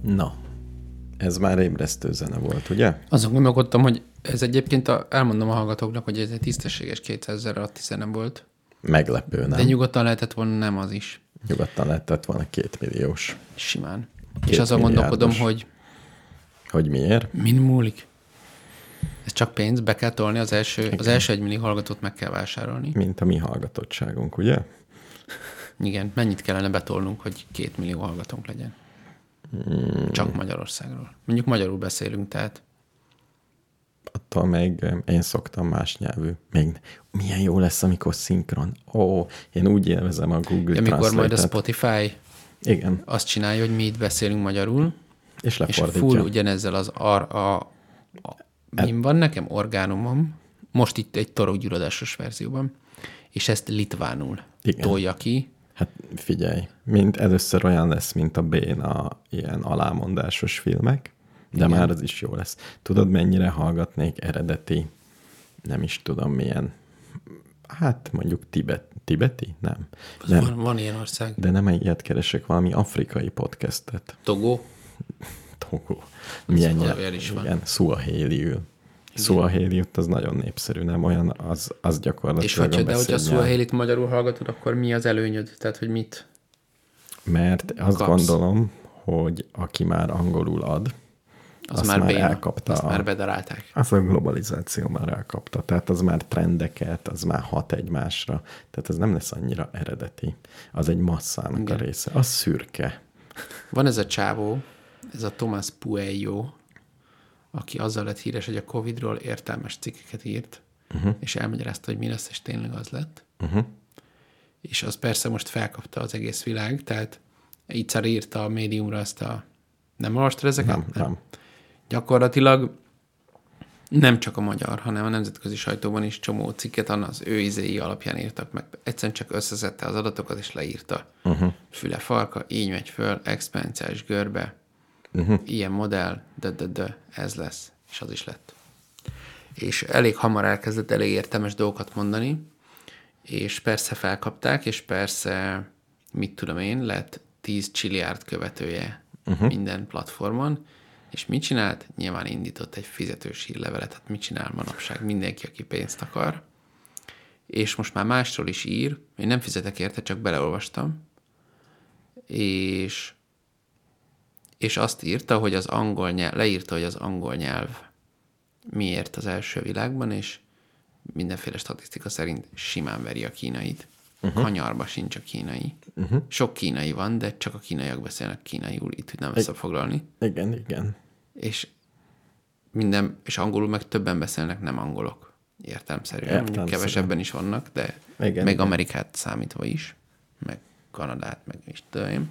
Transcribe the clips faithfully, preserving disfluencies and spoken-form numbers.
Na, ez már ébresztő zene volt, ugye? Azon gondolkodtam, hogy ez egyébként, a, elmondom a hallgatóknak, hogy ez egy tisztességes kétszázezer alatti zene volt. Meglepő, nem? De nyugodtan lehetett volna nem az is. Nyugodtan lehetett volna két milliós. Simán. Két És azon gondolkodom, milliárdos. hogy Hogy miért? min múlik? Ez csak pénz, be kell tolni, az első, az első egymillió hallgatót meg kell vásárolni. Mint a mi hallgatottságunk, ugye? Igen, mennyit kellene betolnunk, hogy két millió hallgatónk legyen? Hmm. Csak Magyarországról. Mondjuk magyarul beszélünk, tehát. Attól még én szoktam más nyelvű. Még milyen jó lesz, amikor szinkron. Ó, én úgy élvezem a Google Amikor Translate-et. majd a Spotify Igen. azt csinálja, hogy mi itt beszélünk magyarul, És és lefordítja. full ugyanezzel az ar, a, a min van nekem? Orgánumom. Most itt egy torokgyulladásos verzióban. És ezt litvánul Igen. tolja ki. Hát figyelj, mint először olyan lesz, mint a béna ilyen alámondásos filmek, de Igen. már az is jó lesz. Tudod, mennyire hallgatnék eredeti, nem is tudom milyen, hát mondjuk tibet, tibeti? Nem. nem. Van, van ilyen ország. De nem ilyet keresek, valami afrikai podcastet. Togó. Togo. Milyen nyelv? olyan is van. Igen, Suaheliül. Suaheli ott az nagyon népszerű, nem olyan, az, az És gyakorlatilag hogyha, a de hogyha beszédnyelv. Suahelit magyarul hallgatod, akkor mi az előnyöd? Tehát, hogy mit? Mert azt kapsz? gondolom, hogy aki már angolul ad, Az azt már, már béna. elkapta Azt a- már bedarálták. az a globalizáció már elkapta. Tehát az már trendeket, az már hat egymásra. Tehát ez nem lesz annyira eredeti. Az egy masszának Igen. a része. Az szürke. Van ez a csávó, ez a Thomas Pueyo, aki azzal lett híres, hogy a Covidról értelmes cikkeket írt, uh-huh. és elmagyarázta, hogy mi lesz, és tényleg az lett. Uh-huh. És az persze most felkapta az egész világ, tehát Icar írta a médiumra ezt a... Nem olvastad ezeket? Nem, nem. Gyakorlatilag nem csak a magyar, hanem a nemzetközi sajtóban is csomó cikket az ő izéi alapján írtak meg. Egyszerűen csak összeszedte az adatokat, és leírta. Uh-huh. Füle farka, így megy föl, exponenciális görbe, uh-huh. ilyen modell, de, de, de, ez lesz. És az is lett. És elég hamar elkezdett elég értelmes dolgokat mondani, és persze felkapták, és persze, mit tudom én, lett tíz csilliárd követője uh-huh. minden platformon, és mit csinált? Nyilván indított egy fizetős hírlevelet. Hát mit csinál manapság mindenki, aki pénzt akar. És most már másról is ír. Én nem fizetek érte, csak beleolvastam. És, és azt írta, hogy az angol nyelv, leírta, hogy az angol nyelv miért az első világban, és mindenféle statisztika szerint simán veri a kínait. Uh-huh. Kanyarba sincs a kínai. Uh-huh. Sok kínai van, de csak a kínaiak beszélnek kínaiul, itt tudnám összefoglalni. Igen, igen. És minden, és angolul meg többen beszélnek, nem angolok. Értelemszerűen. Mondjuk kevesebben is vannak, de igen, meg igen. Amerikát számítva is, meg Kanadát, meg is tudom én.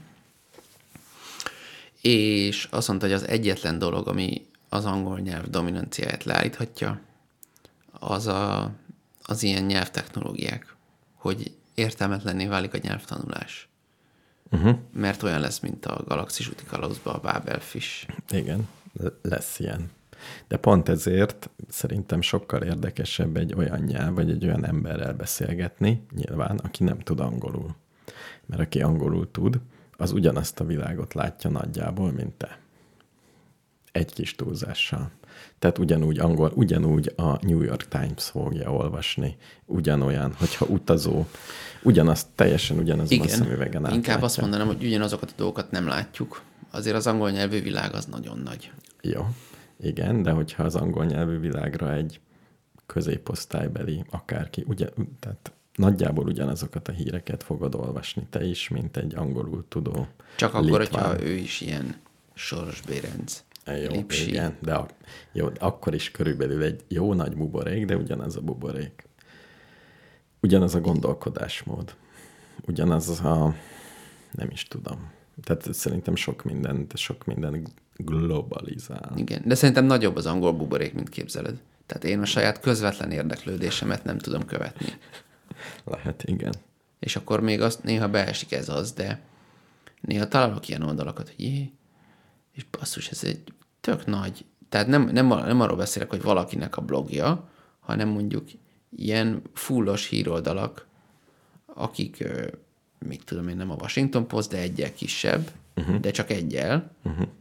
És azt mondta, hogy az egyetlen dolog, ami az angol nyelv dominanciáját leállíthatja, az a, az ilyen nyelvtechnológiák, hogy értelmetlenné válik a nyelvtanulás. Uh-huh. Mert olyan lesz, mint a Galaxis úti kalauzban a Babelfish. Igen, lesz ilyen. De pont ezért szerintem sokkal érdekesebb egy olyan nyelv, vagy egy olyan emberrel beszélgetni, nyilván, aki nem tud angolul. Mert aki angolul tud, az ugyanazt a világot látja nagyjából, mint te. Egy kis túlzással. Tehát ugyanúgy angol, ugyanúgy a New York Times fogja olvasni, ugyanolyan, hogyha utazó, ugyanazt, teljesen ugyanazon Igen, a szemüvegen átlátja. Inkább azt mondanám, hogy ugyanazokat a dolgokat nem látjuk. Azért az angol nyelvű világ az nagyon nagy. Jó, igen, de hogyha az angol nyelvű világra egy középosztálybeli akárki, ugye, tehát nagyjából ugyanazokat a híreket fogod olvasni te is, mint egy angolul tudó Csak akkor, litván. hogyha ő is ilyen Soros Bérenc. Jó, Lipsi. igen, de, a, jó, de akkor is körülbelül egy jó nagy buborék, de ugyanaz a buborék. Ugyanaz a gondolkodásmód. Ugyanaz a, nem is tudom. Tehát szerintem sok minden, sok minden globalizál. Igen, de szerintem nagyobb az angol buborék, mint képzeled. Tehát én a saját közvetlen érdeklődésemet nem tudom követni. Lehet, igen. És akkor még azt néha beesik ez az, de néha találok ilyen oldalakat, hogy jé, és basszus, ez egy tök nagy. Tehát nem, nem, nem arról beszélek, hogy valakinek a blogja, hanem mondjuk ilyen fullos híroldalak, akik, még tudom én, nem a Washington Post, de egyel kisebb, uh-huh. de csak egyel, uh-huh.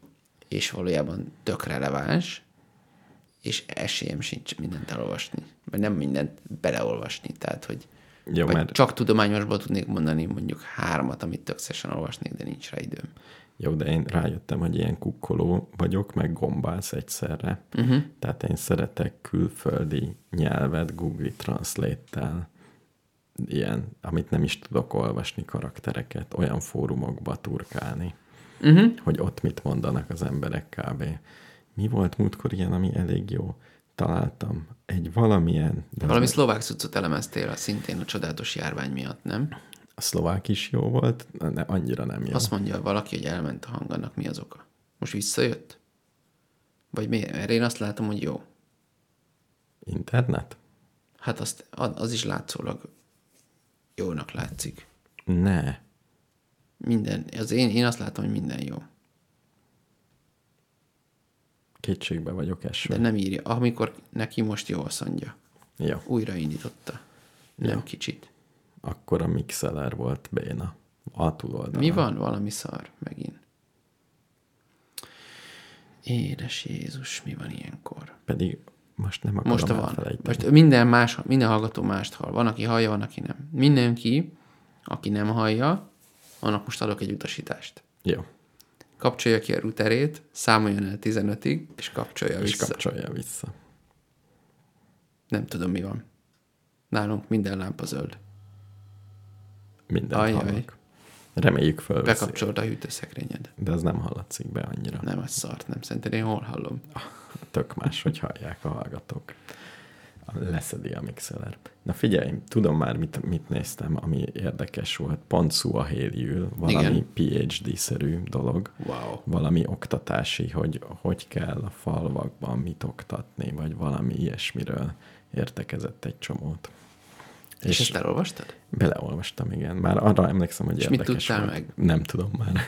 és valójában tök releváns, és esélyem sincs mindent elolvasni. Vagy nem mindent beleolvasni. Tehát, hogy Jó, vagy mert... csak tudományosból tudnék mondani mondjuk hármat, amit tök szívesen olvasnék, de nincs rá időm. Jó, de én rájöttem, hogy ilyen kukkoló vagyok, meg gombálsz egyszerre. Uh-huh. Tehát én szeretek külföldi nyelvet Google Translate-tel, ilyen, amit nem is tudok olvasni, karaktereket, olyan fórumokba turkálni, uh-huh. hogy ott mit mondanak az emberek kb. Mi volt múltkor ilyen, ami elég jó? Találtam egy valamilyen... De Valami az... szlovák cuccot elemeztél szintén a csodálatos járvány miatt, nem? A szlovák is jó volt, de annyira nem jó. Azt mondja valaki, hogy elment a hang, annak mi az oka? Most visszajött? Vagy miért? Mert én azt látom, hogy jó. Internet? Hát azt, az is látszólag jónak látszik. Ne. Minden. Az én, én azt látom, hogy minden jó. Kétségbe vagyok esve. De nem írja. Amikor neki most jó, azt mondja. Jó. Újraindította. Nem Jó. kicsit. Akkor a Mixeler volt béna. A túloldalon. Mi van? Valami szar megint. Édes Jézus, mi van ilyenkor? Pedig most nem akarom Most van. elfelejteni. Most minden, más, minden hallgató mást hall. Van, aki hallja, van, aki nem. Mindenki, aki nem hallja, annak most adok egy utasítást. Jó. Kapcsolja ki a routerét, számoljon el tizenötig, és kapcsolja és vissza. És kapcsolja vissza. Nem tudom, mi van. Nálunk minden lámpa zöld. Mindent hallok. Reméljük fölveszi. Bekapcsolt a hűtőszekrényed. De az nem hallatszik be annyira. Nem, az szart, nem. Szerintem én hol hallom? Ah, tök más, hogy hallják a hallgatók. Leszedi a Mixeler. Na figyelj, tudom már, mit, mit néztem, ami érdekes volt. Pont Suahéliül, valami igen. PhD-szerű dolog. Wow. Valami oktatási, hogy hogy kell a falvakban mit oktatni, vagy valami ilyesmiről értekezett egy csomót. És, és ezt elolvastad? Beleolvastam, igen. Már arra emlékszem, hogy és érdekes mit tudtál volt. meg? Nem tudom már.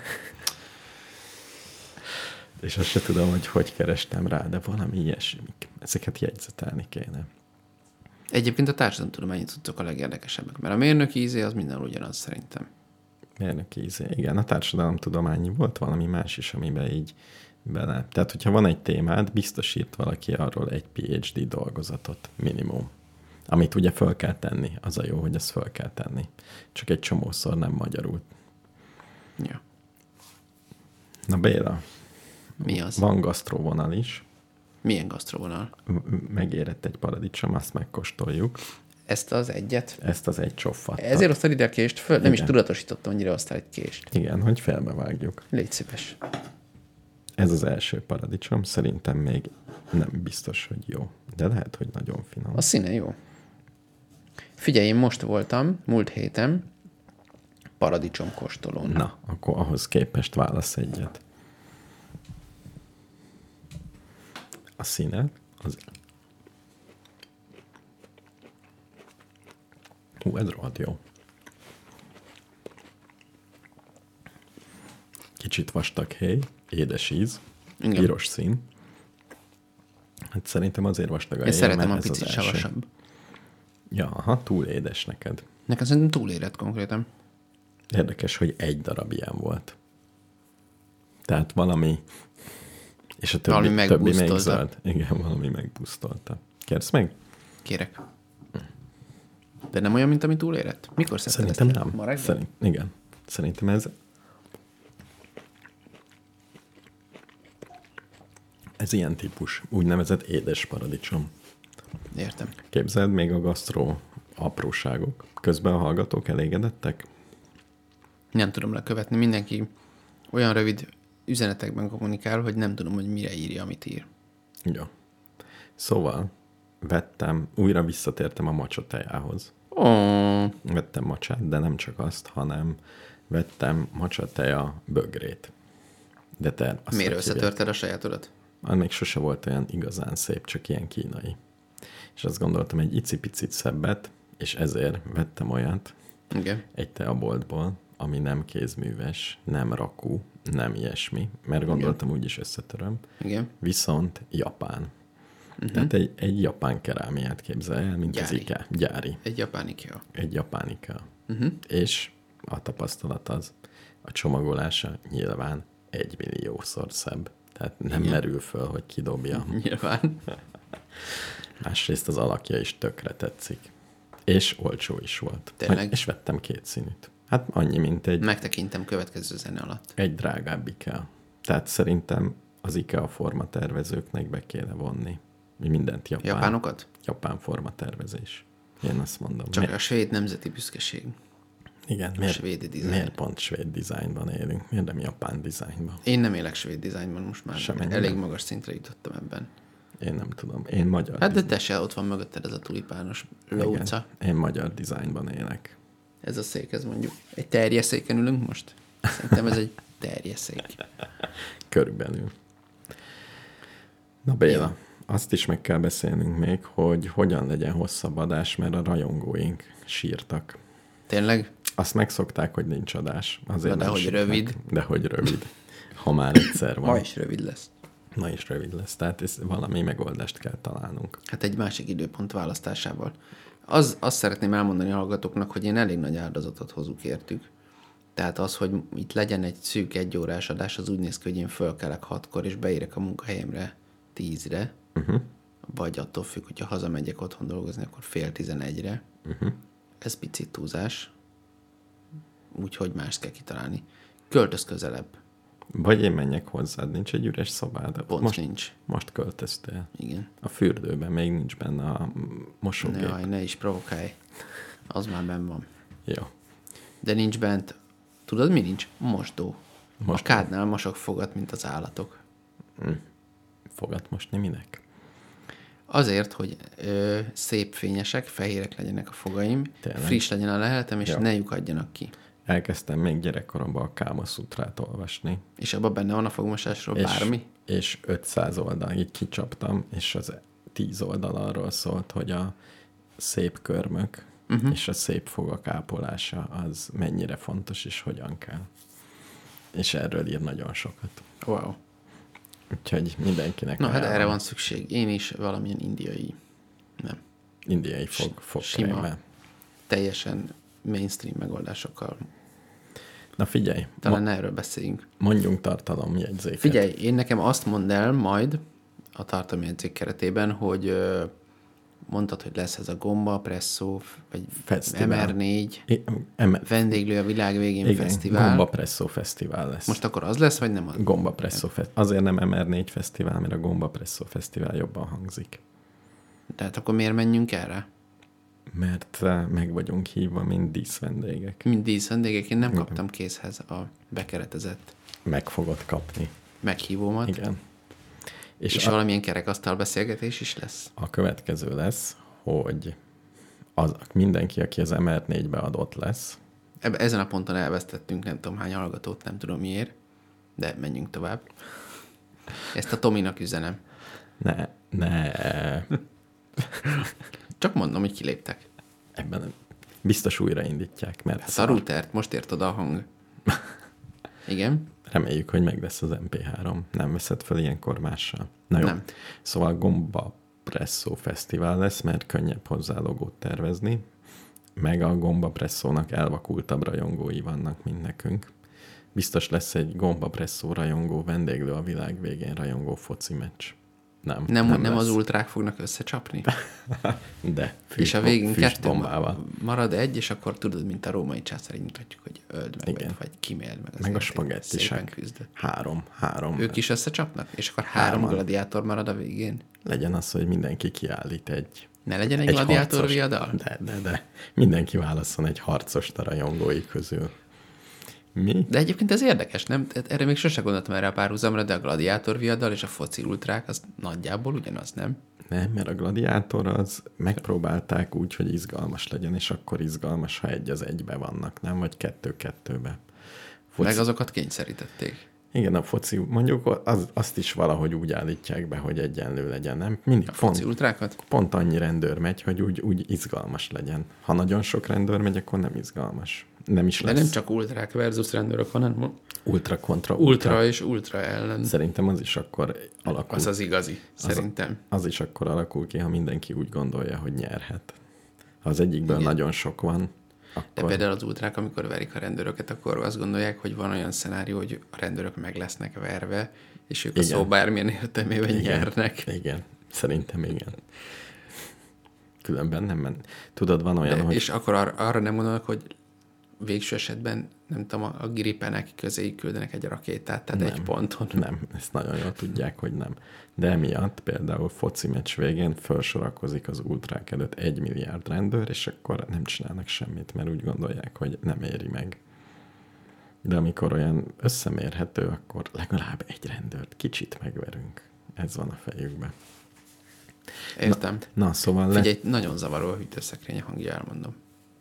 És azt se tudom, hogy hogy kerestem rá, de valami ilyesmi. Ezeket jegyzetelni kéne. Egyébként a társadalomtudományi cuccok a legérdekesebbek, mert a mérnöki ízé az minden ugyanaz szerintem. Mérnöki ízé, igen. A társadalomtudományi volt valami más is, amiben így bele. Tehát, hogyha van egy témád, biztos írt valaki arról egy PhD dolgozatot, minimum. Amit ugye föl kell tenni. Az a jó, hogy ezt föl kell tenni. Csak egy csomószor nem magyarul. Ja. Na Béla. Mi az? Van gasztróvonal is. Milyen gasztróvonal? Megérett egy paradicsom, azt megkóstoljuk. Ezt az egyet? Ezt az egy csoffattat. Ezért osztad ide a kést föl? Nem igen. is tudatosítottam, annyira osztál egy kést. Igen, hogy felbevágjuk. Légy szíves. Ez az első paradicsom. Szerintem még nem biztos, hogy jó. De lehet, hogy nagyon finom. A színe jó. Figyelj, én most voltam, múlt héten, paradicsom kóstolón. Na, akkor ahhoz képest válasz egyet. A színe az... Hú, ez rohadt jó. Kicsit vastag héj, édes íz, igen. Piros szín. Hát szerintem azért vastag a héj, szeretem a picit savasabb. Ja, aha, túl édes neked. Nekem szerintem túl érett konkrétan. Érdekes, hogy egy darab ilyen volt. Tehát valami... És a többi, valami többi még zöld. Igen, valami megbusztolta. Kérsz meg? Kérek. De nem olyan, mint ami túl érett? Mikor szedted Szerintem nem. Ma Szerint, igen. Szerintem ez... Ez ilyen típus. Úgynevezett édes paradicsom. Értem. Képzeld, még a gasztró apróságok. Közben a hallgatók elégedettek? Nem tudom lekövetni. Mindenki olyan rövid üzenetekben kommunikál, hogy nem tudom, hogy mire írja, amit ír. Jó. Szóval vettem, újra visszatértem a macsa tejához. Oh. Vettem macsát, de nem csak azt, hanem vettem macsa teja bögrét. De te azt miért összetörted a sajátodat? Az még sose volt olyan igazán szép, csak ilyen kínai. És azt gondoltam, egy icipicit szebbet, és ezért vettem olyat igen. egy teaboltból, ami nem kézműves, nem rakú, nem ilyesmi, mert gondoltam, igen. úgyis összetöröm. Igen. Viszont japán. Uh-huh. Tehát egy, egy japán kerámiát képzelj el, mint gyári. Az IKEA. Gyári. Egy japán IKEA. Egy japán IKEA. Uh-huh. És a tapasztalat az, a csomagolása nyilván egy milliószor szebb. Tehát nem Igen. merül föl, hogy kidobja. Nyilván. Másrészt az alakja is tökre tetszik. És olcsó is volt. Tényleg? És vettem két színűt. Hát annyi, mint egy... Megtekintem következő zene alatt. Egy drágább IKEA. Tehát szerintem az IKEA formatervezőknek be kéne vonni. Mindent japán. Japánokat? Japán formatervezés. Én azt mondom. Csak miért? A svéd nemzeti büszkeség. Igen, a miért, svéd design. Miért pont svéd dizájnban élünk? Miért nem japán dizájnban? Én nem élek svéd dizájnban most már. Semennyi Elég nem. magas szintre jutottam ebben. Én nem tudom. Én magyar... Hát de te se, ott van mögötted ez a tulipános lóca. Igen, én magyar dizájnban élek. Ez a szék, ez mondjuk. Egy terjeszéken ülünk most? Szerintem ez egy terjeszék. Körülbelül. Na Béla, ja. Azt is meg kell beszélnünk még, hogy hogyan legyen hosszabb adás, mert a rajongóink sírtak. Tényleg? Azt megszokták, hogy nincs adás. Azért de nem hogy sírtak, rövid. De hogy rövid. Ha már egyszer van. Ma is rövid lesz. Ma is rövid lesz. Tehát ez valami megoldást kell találnunk. Hát egy másik időpont választásával. Az, azt szeretném elmondani a hallgatóknak, hogy én elég nagy áldozatot hozunk értük. Tehát az, hogy itt legyen egy szűk egyórás adás, az úgy néz ki, hogy én fölkelek hatkor, és beérek a munkahelyemre tízre, uh-huh. vagy attól függ, hogyha hazamegyek otthon dolgozni, akkor fél tizenegyre. Uh-huh. Ez picit túlzás. Úgyhogy mást kell kitalálni. Költöz közelebb. Vagy én menjek hozzád, nincs egy üres szobád. Pont most, nincs. Most költöztél. Igen. A fürdőben még nincs benne a mosógép. Ne, jaj, ne is provokálj. Az már benn van. Jó. De nincs bent. Tudod, mi nincs? Mosdó. Mosdó. A kádnál mosok fogat, mint az állatok. Hm. Fogat mosni minek? Azért, hogy ö, szép fényesek, fehérek legyenek a fogaim, Tényleg? Friss legyen a leheletem, és Jó. ne lyukadjanak ki. Elkezdtem még gyerekkoromban a Káma Szutrát olvasni. És abban benne van a fogmosásról és, bármi? És ötszáz oldal, így kicsaptam, és az tíz oldal arról szólt, hogy a szép körmök uh-huh. és a szép fogak ápolása az mennyire fontos, és hogyan kell. És erről ír nagyon sokat. Wow. Úgyhogy mindenkinek... Na hát erre van szükség. Én is valamilyen indiai, nem. Indiai fog, fogkrémmel. Teljesen mainstream megoldásokkal. Na figyelj. Talán ma, erről beszéljünk. Mondjunk tartalomjegyzéket. Figyelj, én nekem azt mondd el majd a tartalomjegyzék keretében, hogy mondtad, hogy lesz ez a Gomba, Presszó, vagy fesztivál. em er négy, I, em, vendéglő a világ végén igen, fesztivál. Gomba Presszó fesztivál lesz. Most akkor az lesz, vagy nem az? Gomba Presszó fesztivál. Azért nem em er négy fesztivál, mert a Gomba Presszó fesztivál jobban hangzik. Tehát akkor miért menjünk erre? Mert meg vagyunk hívva, mint díszvendégek. Mint díszvendégek? Én nem kaptam készhez a bekeretezett... Meg fogod kapni. Meghívómat. Igen. És, és a, valamilyen kerekasztal beszélgetés is lesz? A következő lesz, hogy az, mindenki, aki az em er négybe adott lesz. Eb- ezen a ponton elvesztettünk nem tudom hány hallgatót, nem tudom miért, de menjünk tovább. Ezt a Tominak üzenem. Ne, ne. Csak mondom, hogy kiléptek. Ebben biztos újraindítják, mert... Hát szar... a routert, most ért oda a hang. Igen? Reméljük, hogy meg lesz az em pé három. Nem veszed fel ilyenkor mással? Na jó. Nem. Szóval Gomba Presszó fesztivál lesz, mert könnyebb hozzá logót tervezni, meg a Gomba Presszónak elvakultabb rajongói vannak, mint nekünk. Biztos lesz egy Gomba Presszó rajongó vendéglő a világ végén rajongó foci meccs. Nem, nem, nem, nem az ultrák fognak összecsapni? De. Füst, és a végén kettő marad egy, és akkor tudod, mint a római császár, így mutatjuk, hogy öld meg, vagy, vagy kiméld meg. Meg a spagettisek. Három, három. Ők is összecsapnak? És akkor három Hárman. gladiátor marad a végén? Legyen az, hogy mindenki kiállít egy... Ne legyen egy, egy gladiátor viadal? De, de, de. Mindenki válasszon egy harcost a rajongói közül. Mi? De egyébként ez érdekes, nem? Erre még sose gondoltam erre a párhuzamra, de a gladiátor viadal és a foci ultrák, az nagyjából ugyanaz, nem? Nem, mert a gladiátor az megpróbálták úgy, hogy izgalmas legyen, és akkor izgalmas, ha egy az egybe vannak, nem? Vagy kettő-kettőbe. Foci... Meg azokat kényszerítették. Igen, a foci, mondjuk az, azt is valahogy úgy állítják be, hogy egyenlő legyen, nem? Mindig a pont, foci ultrákat? Pont annyi rendőr megy, hogy úgy, úgy izgalmas legyen. Ha nagyon sok rendőr megy, akkor nem izgalmas. Nem is lesz. De nem csak ultrák versus rendőrök, hanem ultra kontra ultra. Ultra és ultra ellen. Szerintem az is akkor alakul. Az az igazi, szerintem. Az, az is akkor alakul ki, ha mindenki úgy gondolja, hogy nyerhet. Ha az egyikből Igen. nagyon sok van, akkor... De például az ultrák, amikor verik a rendőröket, akkor azt gondolják, hogy van olyan szenárió, hogy a rendőrök meg lesznek verve, és ők igen. a szó bármilyen értelmében igen. nyernek. Igen, szerintem igen. Különben nem ment. Tudod, van olyan, De, hogy... És akkor ar- arra nem gondolnak, hogy végső esetben, nem tudom, a gripenek közé küldenek egy rakétát, tehát nem, egy ponton. Nem, ezt nagyon jól tudják, hogy nem. De emiatt például foci meccs végén felsorakozik az ultrák előtt egy milliárd rendőr, és akkor nem csinálnak semmit, mert úgy gondolják, hogy nem éri meg. De amikor olyan összemérhető, akkor legalább egy rendőrt kicsit megverünk. Ez van a fejükben. Értem. Na, na szóval... Le... Figyelj, nagyon zavaró a hűtőszekrény hangja, elmondom.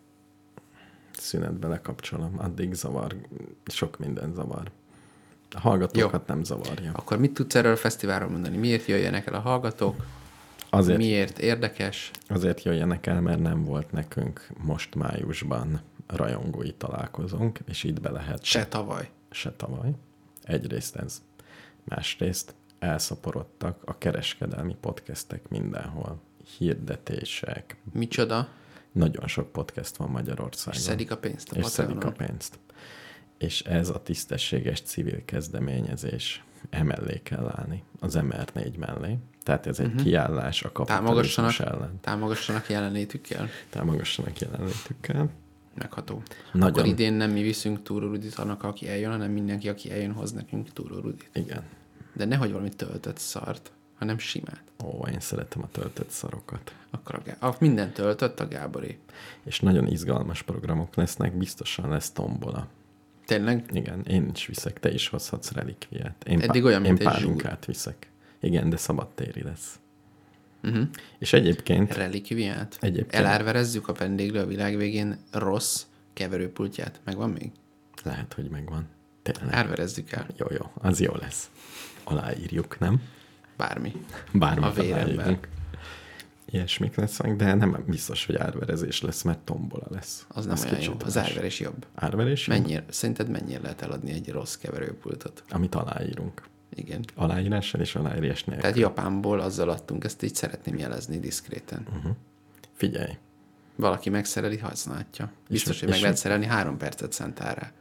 Szünetbe lekapcsolom, addig zavar, sok minden zavar. A hallgatókat Jó. nem zavarja. Akkor mit tudsz erről a fesztiválról mondani? Miért jöjjenek el a hallgatók? Azért, Miért érdekes? Azért jöjjenek el, mert nem volt nekünk most májusban rajongói találkozónk, és itt be lehet... Se tavaly. Se tavaly. Egyrészt ez. Másrészt elszaporodtak a kereskedelmi podcastek mindenhol. Hirdetések. Micsoda? Nagyon sok podcast van Magyarországon. És szedik a pénzt. A és szedik a pénzt. És ez a tisztességes civil kezdeményezés. Emellé kell állni. Az em er négy mellé. Tehát ez egy uh-huh. kiállás a kapitalizmus ellen. Támogassanak jelenlétükkel. Támogassanak jelenlétükkel. Megható. Nagyon. Akkor idén nem mi viszünk túrórudit annak, aki eljön, hanem mindenki, aki eljön, hoz nekünk túrórudit. Igen. De nehogy valami töltött szart, hanem simát. Ó, én szeretem a töltött szarokat. Akkor a, Gá- a minden töltött a Gáboré. És nagyon izgalmas programok lesznek, biztosan lesz tombola. Tényleg? Igen, én is viszek, te is hozhatsz relikviát. Én Eddig olyan, én mint egy pálinkát viszek. Igen, de szabadtéri lesz. Uh-huh. És egyébként... Relikviát? Egyébként... Elárverezzük a vendéglő a világ végén rossz keverőpultját. Megvan még? Lehet, hogy megvan. Tényleg. Árverezzük el. Jó, jó, az jó lesz. Aláírjuk, nem? Bármi. Bármi a vérember. Ilyesmik lesznek, de nem biztos, hogy árverezés lesz, mert tombola lesz. Az nem az olyan jó. Az árverés jobb. Árverés jobb? Mennyire, szerinted mennyire lehet eladni egy rossz keverőpultot? Amit aláírunk. Igen. Aláírással és aláírás nélkül. Tehát Japánból azzal adtunk, ezt így szeretném jelezni diszkréten. Uh-huh. Figyelj. Valaki megszereli, használhatja. Biztos, és, hogy meg és lehet szerelni, három percet szántál rá.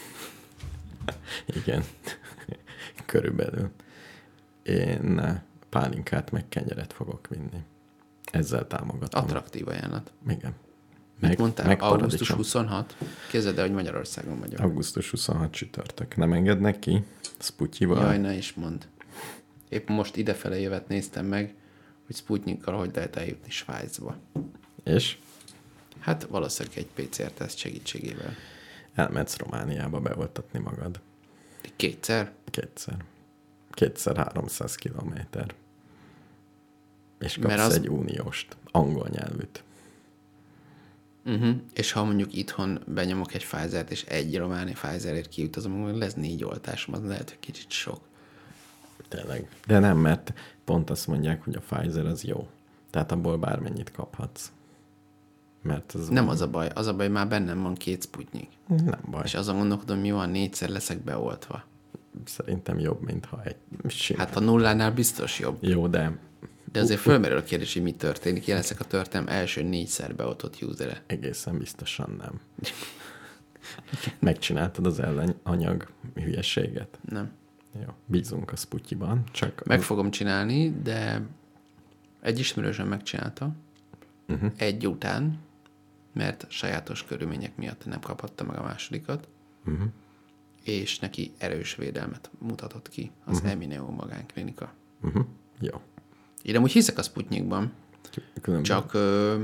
Igen. Körülbelül. Én pálinkát meg kenyeret fogok vinni. Ezzel támogatom. Attraktív ajánlat. Igen. Meg, Mit mondtál? Meg augusztus huszonhat? Képzeld el, hogy Magyarországon vagyok. augusztus huszonhat csütörtök. Nem engednek ki? Sputyival? Jaj, ne is mond. Épp most idefele jövet néztem meg, hogy Sputnikkal hogy lehet eljutni Svájcba. És? Hát valószínűleg egy pé cé er-teszt segítségével. Elmehetsz Romániába beoltatni magad. Kétszer? Kétszer. Kétszer háromszáz kilométer. És kapsz az... egy unióst, angol nyelvűt. Uh-huh. És ha mondjuk itthon benyomok egy Pfizert, és egy románi Pfizerért kijutazom, akkor lesz négy oltásom, az lehet, hogy kicsit sok. Tényleg. De nem, mert pont azt mondják, hogy a Pfizer az jó. Tehát abból bármennyit kaphatsz. Mert az nem az a baj, az a baj, már bennem van két Sputnik. Nem baj. És azon gondolkodom, mi van, négyszer leszek beoltva. Szerintem jobb, mint ha egy simán. Hát a nullánál biztos jobb. Jó, de... De azért fölmerül a kérdés, hogy mi történik. Én leszek a történelem első négyszer beoltott usere. Egészen biztosan nem. Megcsináltad az ellenanyag hülyeséget? Nem. Jó, bízunk a Sputyiban. Csak meg fogom csinálni, de egy ismerősöm megcsinálta. Uh-huh. Egy után, mert sajátos körülmények miatt nem kaphatta meg a másodikat. Uh-huh. És neki erős védelmet mutatott ki az uh-huh. Emineo magánklinika. Uh-huh. Jó. Én amúgy hiszek a Sputnikban. Különben. Csak... Ö...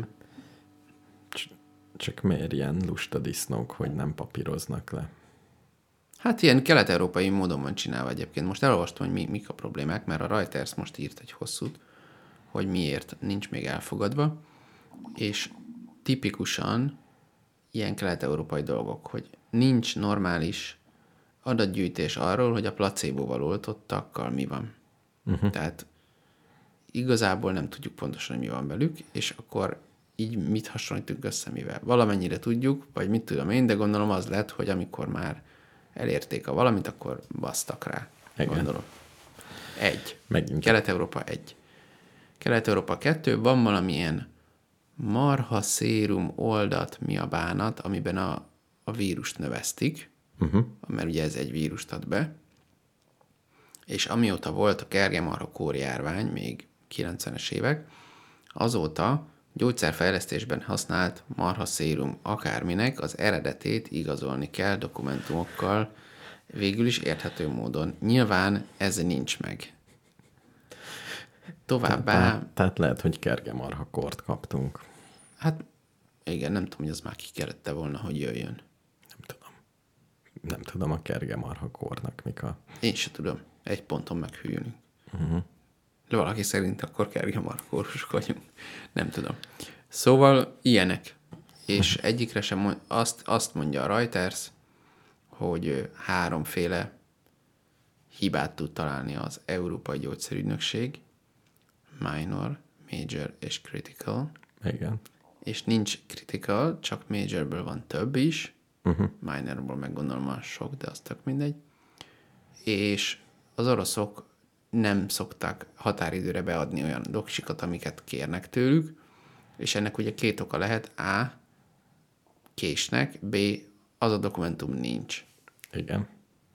Csak miért ilyen lusta disznók, hogy nem papíroznak le? Hát ilyen kelet-európai módon van csinálva egyébként. Most elolvastam, hogy mi, mik a problémák, mert a Reuters most írt egy hosszút, hogy miért nincs még elfogadva, és tipikusan ilyen kelet-európai dolgok, hogy nincs normális adatgyűjtés arról, hogy a placebóval oltottakkal mi van. Uh-huh. Tehát igazából nem tudjuk pontosan, hogy mi van velük, és akkor így mit hasonlítunk össze mivel. Valamennyire tudjuk, vagy mit tudom én, de gondolom az lett, hogy amikor már elérték a valamit, akkor basztak rá. Igen. Gondolom. Egy. Megint. Kelet-Európa egy. Kelet-Európa kettő. Van valamilyen marha szérum oldat mi a bánat, amiben a, a vírust növesztik, uh-huh. mert ugye ez egy vírust ad be, és amióta volt a kergemarha kórjárvány, még kilencvenes évek, azóta gyógyszerfejlesztésben használt marhaszérum akárminek az eredetét igazolni kell dokumentumokkal, végül is érthető módon. Nyilván ez nincs meg. Továbbá... Tehát, tehát lehet, hogy kergemarha kort kaptunk. Hát igen, nem tudom, hogy az már ki kellette volna, hogy jöjjön. Nem tudom. Nem tudom a kergemarha kornak mik a... Én se tudom. Egy ponton meghűlünk. Uh-huh. De valaki szerint akkor kergemarha kórusok vagyunk. Nem tudom. Szóval ilyenek. És egyikre sem mond, azt, azt mondja a Reuters, hogy háromféle hibát tud találni az Európai Gyógyszerügynökség. Minor, major és critical. Igen. És nincs critical, csak majorből van több is. Uh-huh. Minorból meg gondolom van sok, de az tök mindegy. És az oroszok nem szoktak határidőre beadni olyan doksikat, amiket kérnek tőlük, és ennek ugye két oka lehet. A. Késnek, B. Az a dokumentum nincs. Igen.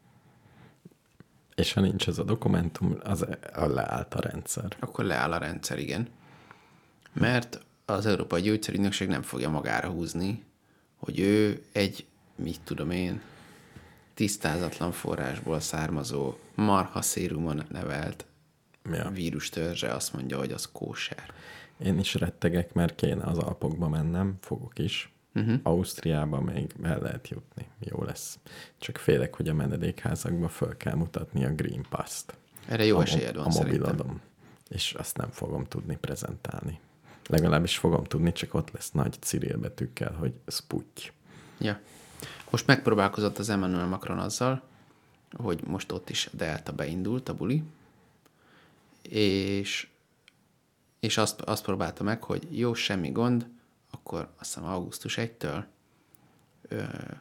És ha nincs ez a dokumentum, az leállt a rendszer. Akkor leáll a rendszer, igen. Mert az Európai Gyógyszerügynökség nem fogja magára húzni, hogy ő egy, mit tudom én, tisztázatlan forrásból származó marhaszérumon nevelt ja. vírustörzse azt mondja, hogy az kóser. Én is rettegek, mert kéne az Alpokba mennem, fogok is. Uh-huh. Ausztriába még el lehet jutni. Jó lesz. Csak félek, hogy a menedékházakba föl kell mutatni a Green Pass-t. Erre jó esélyed van a szerintem. mobiladom. És azt nem fogom tudni prezentálni. Legalábbis fogom tudni, csak ott lesz nagy cirilbetűkkel, hogy Sputty. Ja. Most megpróbálkozott az Emmanuel Macron azzal, hogy most ott is Delta beindult a buli, és, és azt, azt próbálta meg, hogy jó, semmi gond, akkor azt hiszem augusztus elsejétől ö,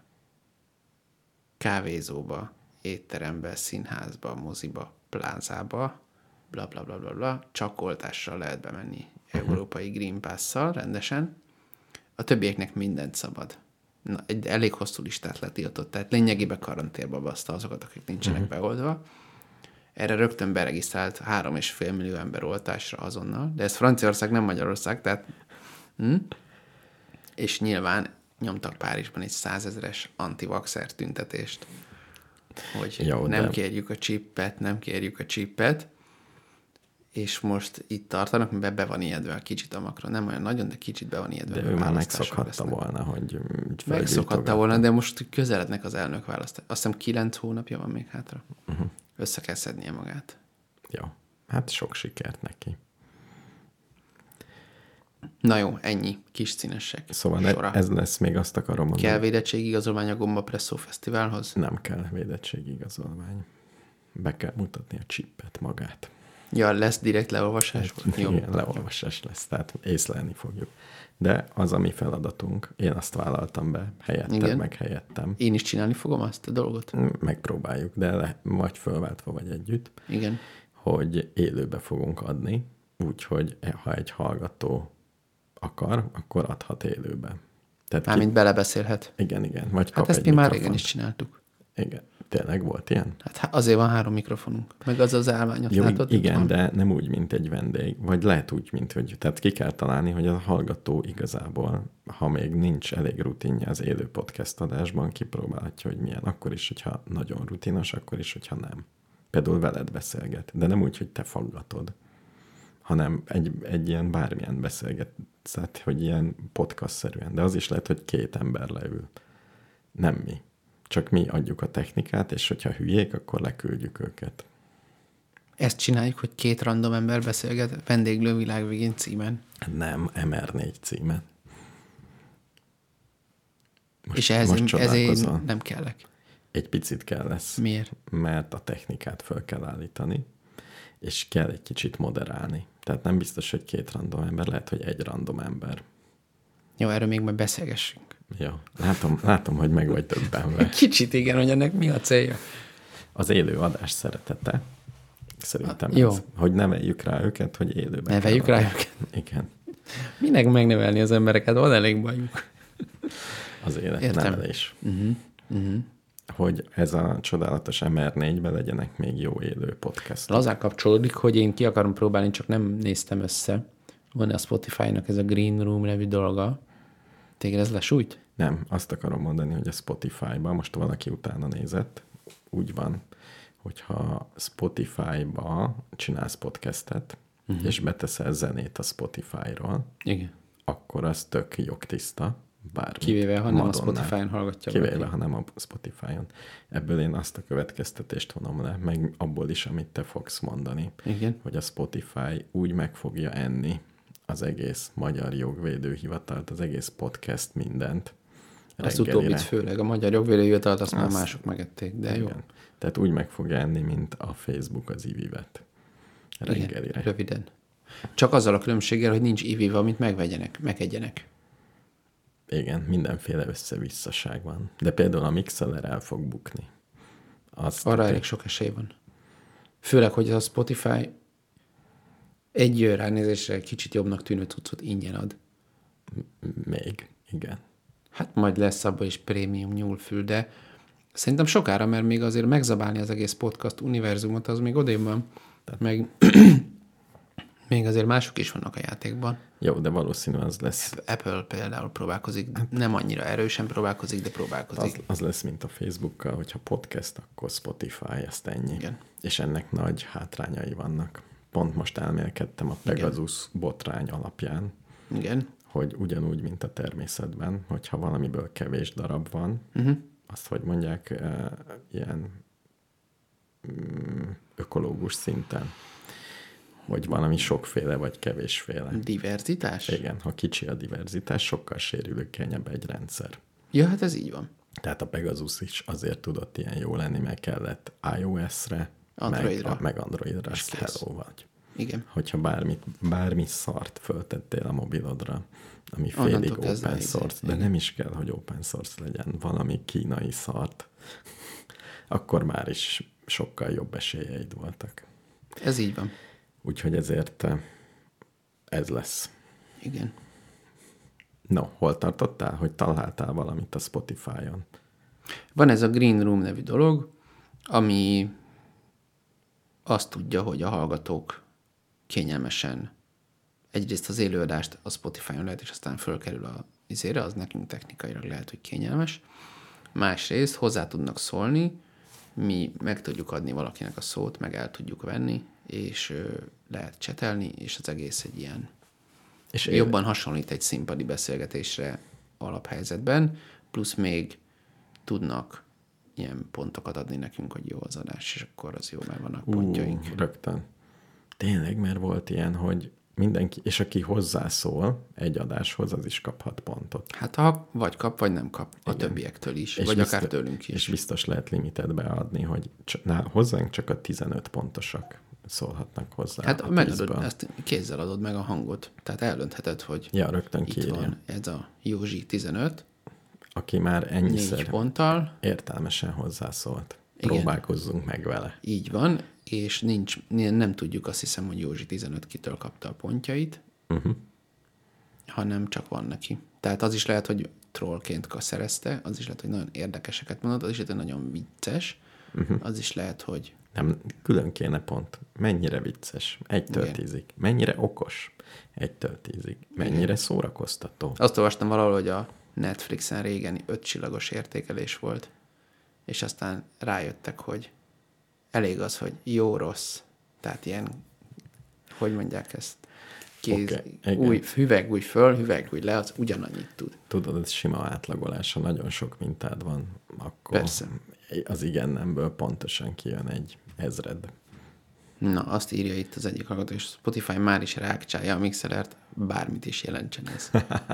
kávézóba, étterembe, színházba, moziba, plázába, bla bla bla bla bla, csak oltással lehet bemenni uh-huh. európai Green Pass-szal rendesen. A többieknek mindent szabad. Na, egy elég hosszú listát letiltott, tehát lényegében karanténba baszta azokat, akik nincsenek uh-huh. beoltva. Erre rögtön beregisztrált három és fél millió ember oltásra azonnal, de ez Franciaország, nem Magyarország, tehát hm? És nyilván nyomtak Párizsban egy százezeres antivaxer tüntetést, hogy Jó, nem de... kérjük a csippet, nem kérjük a csippet, és most itt tartanak, mivel be van ijedve a kicsit a Macron. Nem olyan nagyon, de kicsit be van ijedve. De ő már megszokhatta volna, hogy megszokhatta volna, de most közelednek az elnök választás. Azt hiszem kilenc hónapja van még hátra. Uh-huh. Össze kell szednie magát. Jó, hát sok sikert neki. Na jó, ennyi. Kis színesek. Szóval sora. Ez lesz, még azt akarom mondani. Kell védettségigazolvány a Gomba Presszó Fesztiválhoz? Nem kell védettségigazolvány. Be kell mutatni a csippet magát. Ja, lesz direkt leolvasás? Jó. Igen, leolvasás lesz, tehát észlelni fogjuk. De az a mi feladatunk, én azt vállaltam be, helyetted, Igen. meg helyettem. Én is csinálni fogom azt a dolgot? Megpróbáljuk, de le, vagy fölváltva, vagy együtt. Igen. Hogy élőbe fogunk adni, úgyhogy ha egy hallgató akar, akkor adhat élőbe. Mármint ki... belebeszélhet. Igen, igen. Vagy hát ezt mi már régen is csináltuk. Igen. Tényleg volt ilyen? Hát azért van három mikrofonunk. Meg az az állványot Jó, látod? Igen, de nem úgy, mint egy vendég. Vagy lehet úgy, mint hogy... Tehát ki kell találni, hogy a hallgató igazából, ha még nincs elég rutinja az élő podcast adásban, kipróbálhatja, hogy milyen. Akkor is, hogyha nagyon rutinos, akkor is, hogyha nem. Például veled beszélget. De nem úgy, hogy te faggatod, hanem egy, egy ilyen bármilyen beszélgetszet, hogy ilyen podcast-szerűen. De az is lehet, hogy két ember leül. Nem mi. Csak mi adjuk a technikát, és hogyha hülyék, akkor leküldjük őket. Ezt csináljuk, hogy két random ember beszélget Vendéglő világvégén címen. Nem, em er négy címen. Most, és ehhez én, ezért nem kellek. Egy picit kell lesz. Miért? Mert a technikát fel kell állítani, és kell egy kicsit moderálni. Tehát nem biztos, hogy két random ember, lehet, hogy egy random ember. Jó, erről még majd beszélgessünk. Jó, látom, látom, hogy meg vagy többenve. Kicsit igen, hogy ennek mi a célja. Az élő adás szeretete. Szerintem Jó. Ez, hogy neveljük rá őket, hogy élőben. Neveljük rá őket? Igen. Minek megnevelni az embereket? Van elég bajuk. Az életnevelés. Uh-huh. Uh-huh. Hogy ez a csodálatos em er négyben legyenek még jó élő podcast. Lazán kapcsolódik, hogy én ki akarom próbálni, csak nem néztem össze. Van a Spotify-nak ez a Green Room nevű dolga. Téged ez lesújt? Nem, azt akarom mondani, hogy a Spotify-ba, most valaki utána nézett, úgy van, hogyha Spotify-ba csinálsz podcastet, uh-huh. és beteszel zenét a Spotify-ról, igen, akkor az tök jogtiszta, bármi. Kivéve, ha nem a Spotify-on hallgatja. Kivéve, valaki. ha nem a Spotify-on. Ebből én azt a következtetést vonom le, meg abból is, amit te fogsz mondani, igen. hogy a Spotify úgy meg fogja enni az egész Magyar Jogvédőhivatalt, az egész podcast, mindent. Azt utóbbit főleg, a Magyar Jogvédőhivatalt azt, azt már mások megették, de igen. Jó. Tehát úgy meg fogja enni, mint a Facebook az ivivet. Reggelire. Igen, röviden. Csak azzal a különbséggel, hogy nincs iviva, amit megvegyenek, megegyenek. Igen, mindenféle összevisszaság van. De például a Mixer el fog bukni. Azt Arra elég sok esély van. Főleg, hogy a Spotify egy ránézésre kicsit jobbnak tűnő cuccot ingyen ad. Még, igen. Hát majd lesz abban is prémium nyúlfül, de szerintem sokára, mert még azért megzabálni az egész podcast univerzumot, az még odébb van. Tehát meg még azért mások is vannak a játékban. Jó, de valószínű az lesz. Apple például próbálkozik, nem annyira erősen próbálkozik, de próbálkozik. Az, az lesz, mint a Facebookkal, hogyha podcast, akkor Spotify, ezt ennyi. Igen. És ennek nagy hátrányai vannak. Pont most elmélkedtem a Pegasus Igen. botrány alapján. Igen. Hogy ugyanúgy, mint a természetben, hogyha valamiből kevés darab van, uh-huh. azt, hogy mondják, e, ilyen mm, ökológus szinten, hogy valami sokféle vagy kevésféle. Diverzitás? Igen, ha kicsi a diverzitás, sokkal sérülőkenyebb egy rendszer. Ja, hát ez így van. Tehát a Pegasus is azért tudott ilyen jó lenni, mert kellett iOS-re, Androidra. Meg, meg Androidra, ezt hello vagy. Igen. Hogyha bármit, bármi szart föltettél a mobilodra, ami félig open source, de nem is kell, hogy open source legyen, valami kínai szart, akkor már is sokkal jobb esélyeid voltak. Ez így van. Úgyhogy ezért ez lesz. Igen. No, hol tartottál, hogy találtál valamit a Spotify-on? Van ez a Green Room nevű dolog, ami azt tudja, hogy a hallgatók kényelmesen egyrészt az élőadást a Spotify-on lehet, és aztán fölkerül a izére, az nekünk technikailag lehet, hogy kényelmes. Másrészt hozzá tudnak szólni, mi meg tudjuk adni valakinek a szót, meg el tudjuk venni, és ö, lehet csetelni, és az egész egy ilyen és jobban éve. hasonlít egy színpadi beszélgetésre alaphelyzetben, plusz még tudnak ilyen pontokat adni nekünk, hogy jó az adás, és akkor az jó, mert vannak pontjaink. Uh, rögtön. Tényleg, mert volt ilyen, hogy mindenki, és aki hozzászól egy adáshoz, az is kaphat pontot. Hát ha vagy kap, vagy nem kap. A Igen. többiektől is, és vagy biztos, akár tőlünk is. És biztos lehet limitet beadni, hogy cs- na, hozzánk csak a tizenöt pontosak szólhatnak hozzá. Hát megadod, ezt kézzel adod meg a hangot. Tehát eldöntheted, hogy ja, rögtön itt kiírja. van ez a Józsi tizenöt, aki már ennyiszer négy ponttal értelmesen hozzászólt. Igen. Próbálkozzunk meg vele. Így van, és nincs, nem tudjuk, azt hiszem, hogy Józsi tizenöt kitől kapta a pontjait, uh-huh. hanem csak van neki. Tehát az is lehet, hogy trollként szerezte, az is lehet, hogy nagyon érdekeseket mondott, az is lehet, hogy nagyon vicces, uh-huh. az is lehet, hogy... Nem, külön kéne pont. Mennyire vicces? Egytől Igen. tízig. Mennyire okos? Egytől tízig. Mennyire Igen. szórakoztató? Azt olvastam valahol, hogy a Netflixen régeni öt csillagos értékelés volt, és aztán rájöttek, hogy elég az, hogy jó-rossz. Tehát ilyen, hogy mondják ezt, kéz, okay, új, hüveg úgy föl, hüveg úgy le, az ugyanannyit tud. Tudod, ez sima átlagolása, nagyon sok mintád van, akkor Persze. az igen-nemből pontosan kijön egy ezred. Na, azt írja itt az egyik hallgató, és Spotify már is rákcsálja a Mixelert, bármit is jelentsen ez.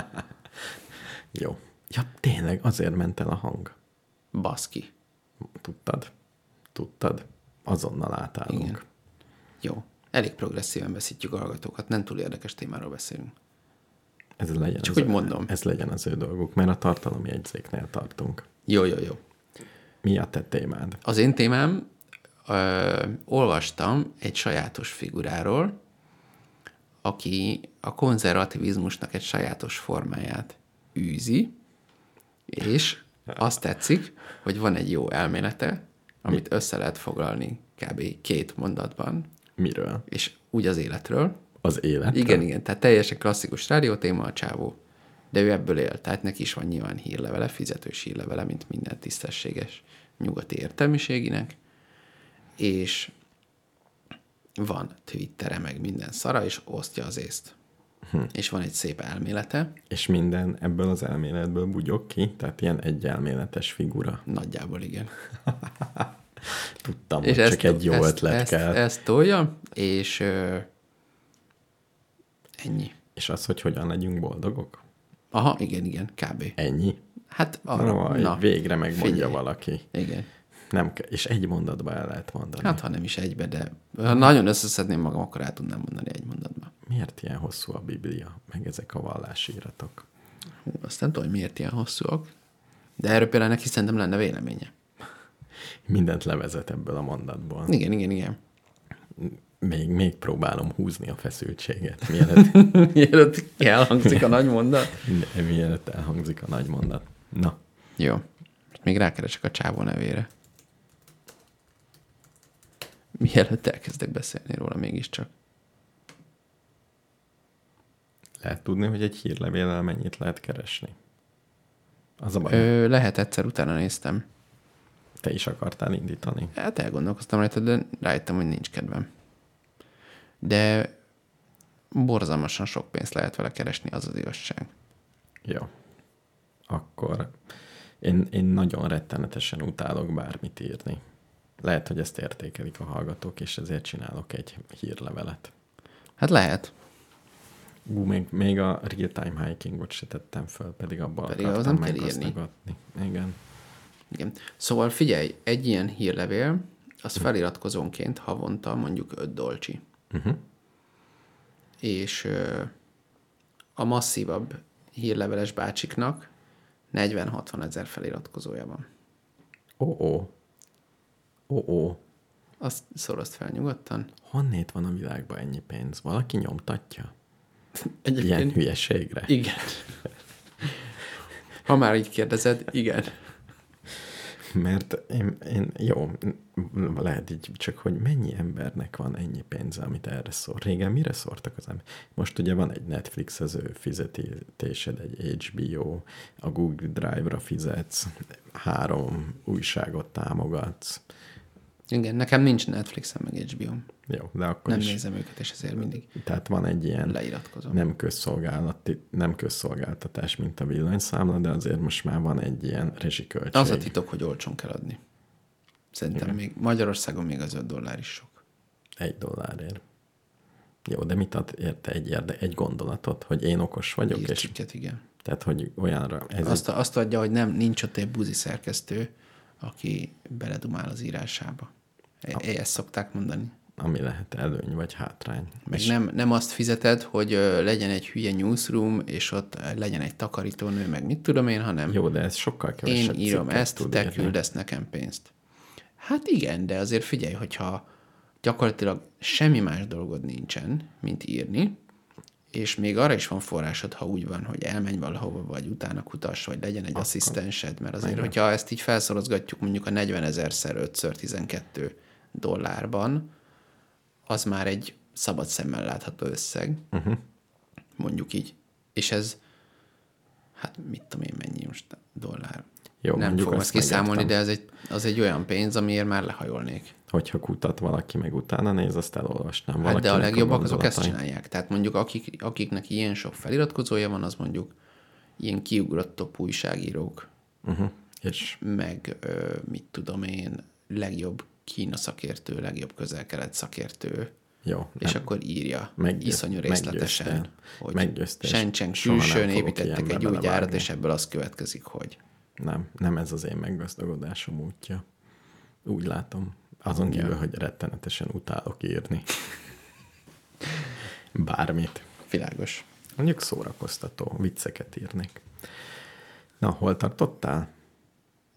Jó. Ja, tényleg, azért ment el a hang. Baszki. Tudtad? Tudtad? Azonnal átállunk. Igen. Jó. Elég progresszíven beszítjük a hallgatókat. Nem túl érdekes témáról beszélünk. Ez legyen Csak az úgy ő, mondom. Ez legyen az ő dolguk, mert a tartalomjegyzéknél tartunk. Jó, jó, jó. Mi a te témád? Az én témám, ö, olvastam egy sajátos figuráról, aki a konzervativizmusnak egy sajátos formáját űzi, és azt tetszik, hogy van egy jó elmélete, amit Mi? össze lehet foglalni kb. Két mondatban. Miről? És úgy az életről. Az életről? Igen, igen, tehát teljesen klasszikus rádiótéma a csávó, de ő ebből él, tehát neki is van nyilván hírlevele, fizetős hírlevele, mint minden tisztességes nyugati értelmiséginek, és van Twittere, meg minden szara, és osztja az észt. Hm. És van egy szép elmélete. És minden ebből az elméletből bugyog ki? Tehát ilyen egy elméletes figura? Nagyjából igen. Tudtam, és hogy csak egy jó ezt, ötlet ezt, kell. Ezt tolja, és ö, ennyi. És az, hogy hogyan legyünk boldogok? Aha, igen, igen, kb. Ennyi? Hát arra, Vaj, na. Végre megmondja Figyelj. valaki. Igen. Nem, és egy mondatba el lehet mondani. Hát, ha nem is egybe, de ha nagyon összeszedném magam, akkor el tudnám mondani egy mondatban. Miért ilyen hosszú a Biblia, meg ezek a vallásíratok? Hú, azt nem tudom, hogy miért ilyen hosszúak, de erről például neki szerintem lenne véleménye. Mindent levezet ebből a mondatból. Igen, igen, igen. Még, még próbálom húzni a feszültséget, mielőtt, mielőtt elhangzik a nagy mondat. mielőtt elhangzik a nagy mondat. Na. Jó. Még rákeresek a csávó nevére. Mielőtt elkezdek beszélni róla mégiscsak. Lehet tudni, hogy egy hírlevéllel mennyit lehet keresni? Az a baj. Ö, lehet, egyszer utána néztem. Te is akartál indítani? Hát elgondolkoztam rajta, de rájöttem, hogy nincs kedvem. De borzalmasan sok pénzt lehet vele keresni, az az igazság. Jó. Akkor én, én nagyon rettenetesen utálok bármit írni. Lehet, hogy ezt értékelik a hallgatók, és ezért csinálok egy hírlevelet. Hát lehet. Ú, még, még a real-time hikingot se tettem föl, pedig abban pedig akartam nem kell írni. Igen. Igen. Szóval figyelj, egy ilyen hírlevél, az feliratkozónként havonta mondjuk öt dolcsi. Uh-huh. És ö, a masszívabb hírleveles bácsiknak negyven-hatvan ezer feliratkozója van. Ó-ó. Ó-ó. Azt szorozd fel nyugodtan. Honnét van a világban ennyi pénz? Valaki nyomtatja? Egyébként... Ilyen hülyeségre? Igen. Ha már így kérdezed, igen. Mert én, én, jó, lehet így, csak hogy mennyi embernek van ennyi pénze, amit erre szól. Régen mire szórtak az ember? Most ugye van egy Netflix, az ő fizetésed, egy há bé o, a Google Drive-ra fizetsz, három újságot támogatsz. Igen, nekem nincs Netflixem, meg há bé o-m. Jó, de akkor nem is... nézem őket, és ezért mindig Tehát van egy ilyen leiratkozom. Nem, közszolgálati, nem közszolgáltatás, mint a villanyszámla, de azért most már van egy ilyen rezsiköltség. Az a titok, hogy olcsón kell adni. Szerintem igen. Még Magyarországon még az öt dollár is sok. Egy dollárért. Jó, de mit ad érte egy, érde, egy gondolatot, hogy én okos vagyok? Írt és cikket, igen. Tehát, hogy olyanra... Ez azt, egy... azt adja, hogy nem, nincs ott egy buzi szerkesztő, aki beledumál az írásába. E- A... ezt szokták mondani. Ami lehet előny vagy hátrány. Meg és... nem, nem azt fizeted, hogy ö, legyen egy hülye newsroom, és ott legyen egy takarítónő, meg mit tudom én, hanem jó, de ez sokkal kevesebb én írom ezt, tud te érni. küldesz nekem pénzt. Hát igen, de azért figyelj, hogyha gyakorlatilag semmi más dolgod nincsen, mint írni, és még arra is van forrásod, ha úgy van, hogy elmenj valahova, vagy utána kutass, vagy legyen egy Akkor asszisztensed, mert azért, meg. hogyha ezt így felszorozgatjuk mondjuk a negyvenezerszer ötször tizenkettő dollárban, az már egy szabad szemmel látható összeg, uh-huh. mondjuk így. És ez, hát mit tudom én, mennyi most dollár. Jó, nem fogom ezt kiszámolni, megértem. de ez egy, az egy olyan pénz, amiért már lehajolnék. Hogyha kutat valaki, meg utána néz, azt elolvasnám. Hát de a legjobbak a azok ezt csinálják. Tehát mondjuk akik, akiknek ilyen sok feliratkozója van, az mondjuk ilyen kiugrott top újságírók, uh-huh. és meg ö, mit tudom én, legjobb Kína szakértő, legjobb közel-kelet szakértő, jó, és nem. akkor írja Meggyőz, iszonyú részletesen, meggyőztél. hogy Meggyőztél. Shenzhen Soha nem külsőn fogok építettek ilyenbe egy új gyárat, belevágni. és ebből az következik, hogy Nem, nem ez az én meggazdagodásom útja. Úgy látom. Azon kívül, Ja. hogy rettenetesen utálok írni. Bármit. világos. Mondjuk szórakoztató, vicceket írnék. Na, hol tartottál?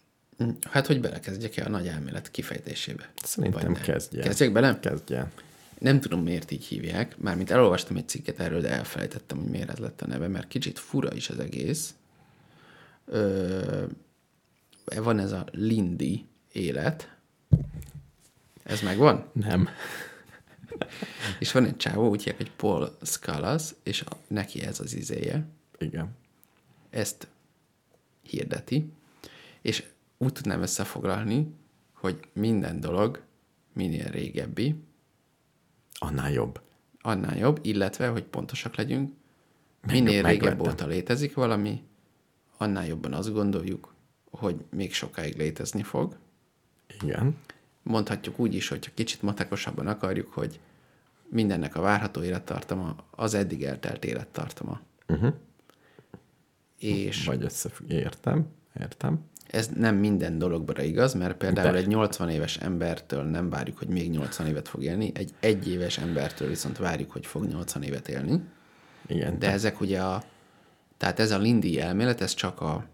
Hát, hogy belekezdjek-e a nagy elmélet kifejtésébe? Szerintem Vagy ne? kezdj el. Kezdjek bele? Kezdj el. Nem tudom, miért így hívják. Mármint elolvastam egy cikket erről, de elfelejtettem, hogy miért ez lett a neve, mert kicsit fura is az egész. Ö, van ez a Lindy élet. Ez megvan? Nem. És van egy csávó, úgy hívják, hogy Paul Scalas, és a, neki ez az izéje. Igen. Ezt hirdeti, és úgy tudnám összefoglalni, hogy minden dolog minél régebbi, Annál jobb. annál jobb, illetve, hogy pontosak legyünk, minél Meg, régebb megvettem. óta létezik valami, annál jobban azt gondoljuk, hogy még sokáig létezni fog. Igen. Mondhatjuk úgy is, hogyha kicsit matekosabban akarjuk, hogy mindennek a várható élettartama az eddig eltelt élettartama. Uh-huh. És Vagy összefügg. Értem. Értem. ez nem minden dologra igaz, mert például De. egy nyolcvan éves embertől nem várjuk, hogy még nyolcvan évet fog élni, egy egyéves embertől viszont várjuk, hogy fog nyolcvan évet élni. Igen. De ezek ugye a... Tehát ez a Lindy elmélet, ez csak a...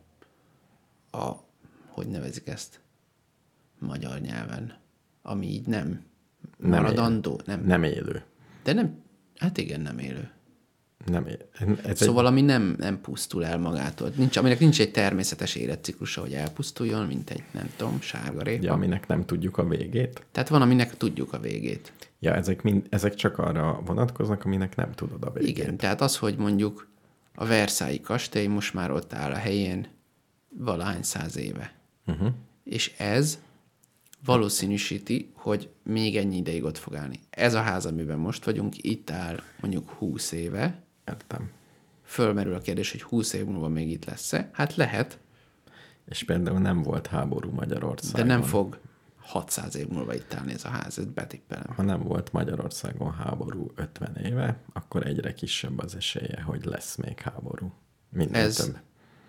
a hogy nevezik ezt? Magyar nyelven. Ami így nem maradandó. Nem, Nem élő. De nem... Hát igen, nem élő. Nem él. Ez Szóval ami nem, nem pusztul el magától. Nincs, aminek nincs egy természetes életciklusa, hogy elpusztuljon, mint egy, nem tudom, sárgarépa. egy, ja, aminek nem tudjuk a végét. Tehát van, aminek tudjuk a végét. Ja, ezek, mind, ezek csak arra vonatkoznak, aminek nem tudod a végét. Igen, tehát az, hogy mondjuk a Versailles kastély most már ott áll a helyén valahány száz éve. Uh-huh. És ez valószínűsíti, hogy még ennyi ideig ott fog állni. Ez a ház, amiben most vagyunk, itt áll mondjuk húsz éve. Értem. Fölmerül a kérdés, hogy húsz év múlva még itt lesz-e? Hát lehet, És például nem volt háború Magyarországon. de nem fog hatszáz év múlva itt állni ez a ház, ezt betippelem. Ha nem volt Magyarországon háború ötven éve, akkor egyre kisebb az esélye, hogy lesz még háború. Minden Ez több.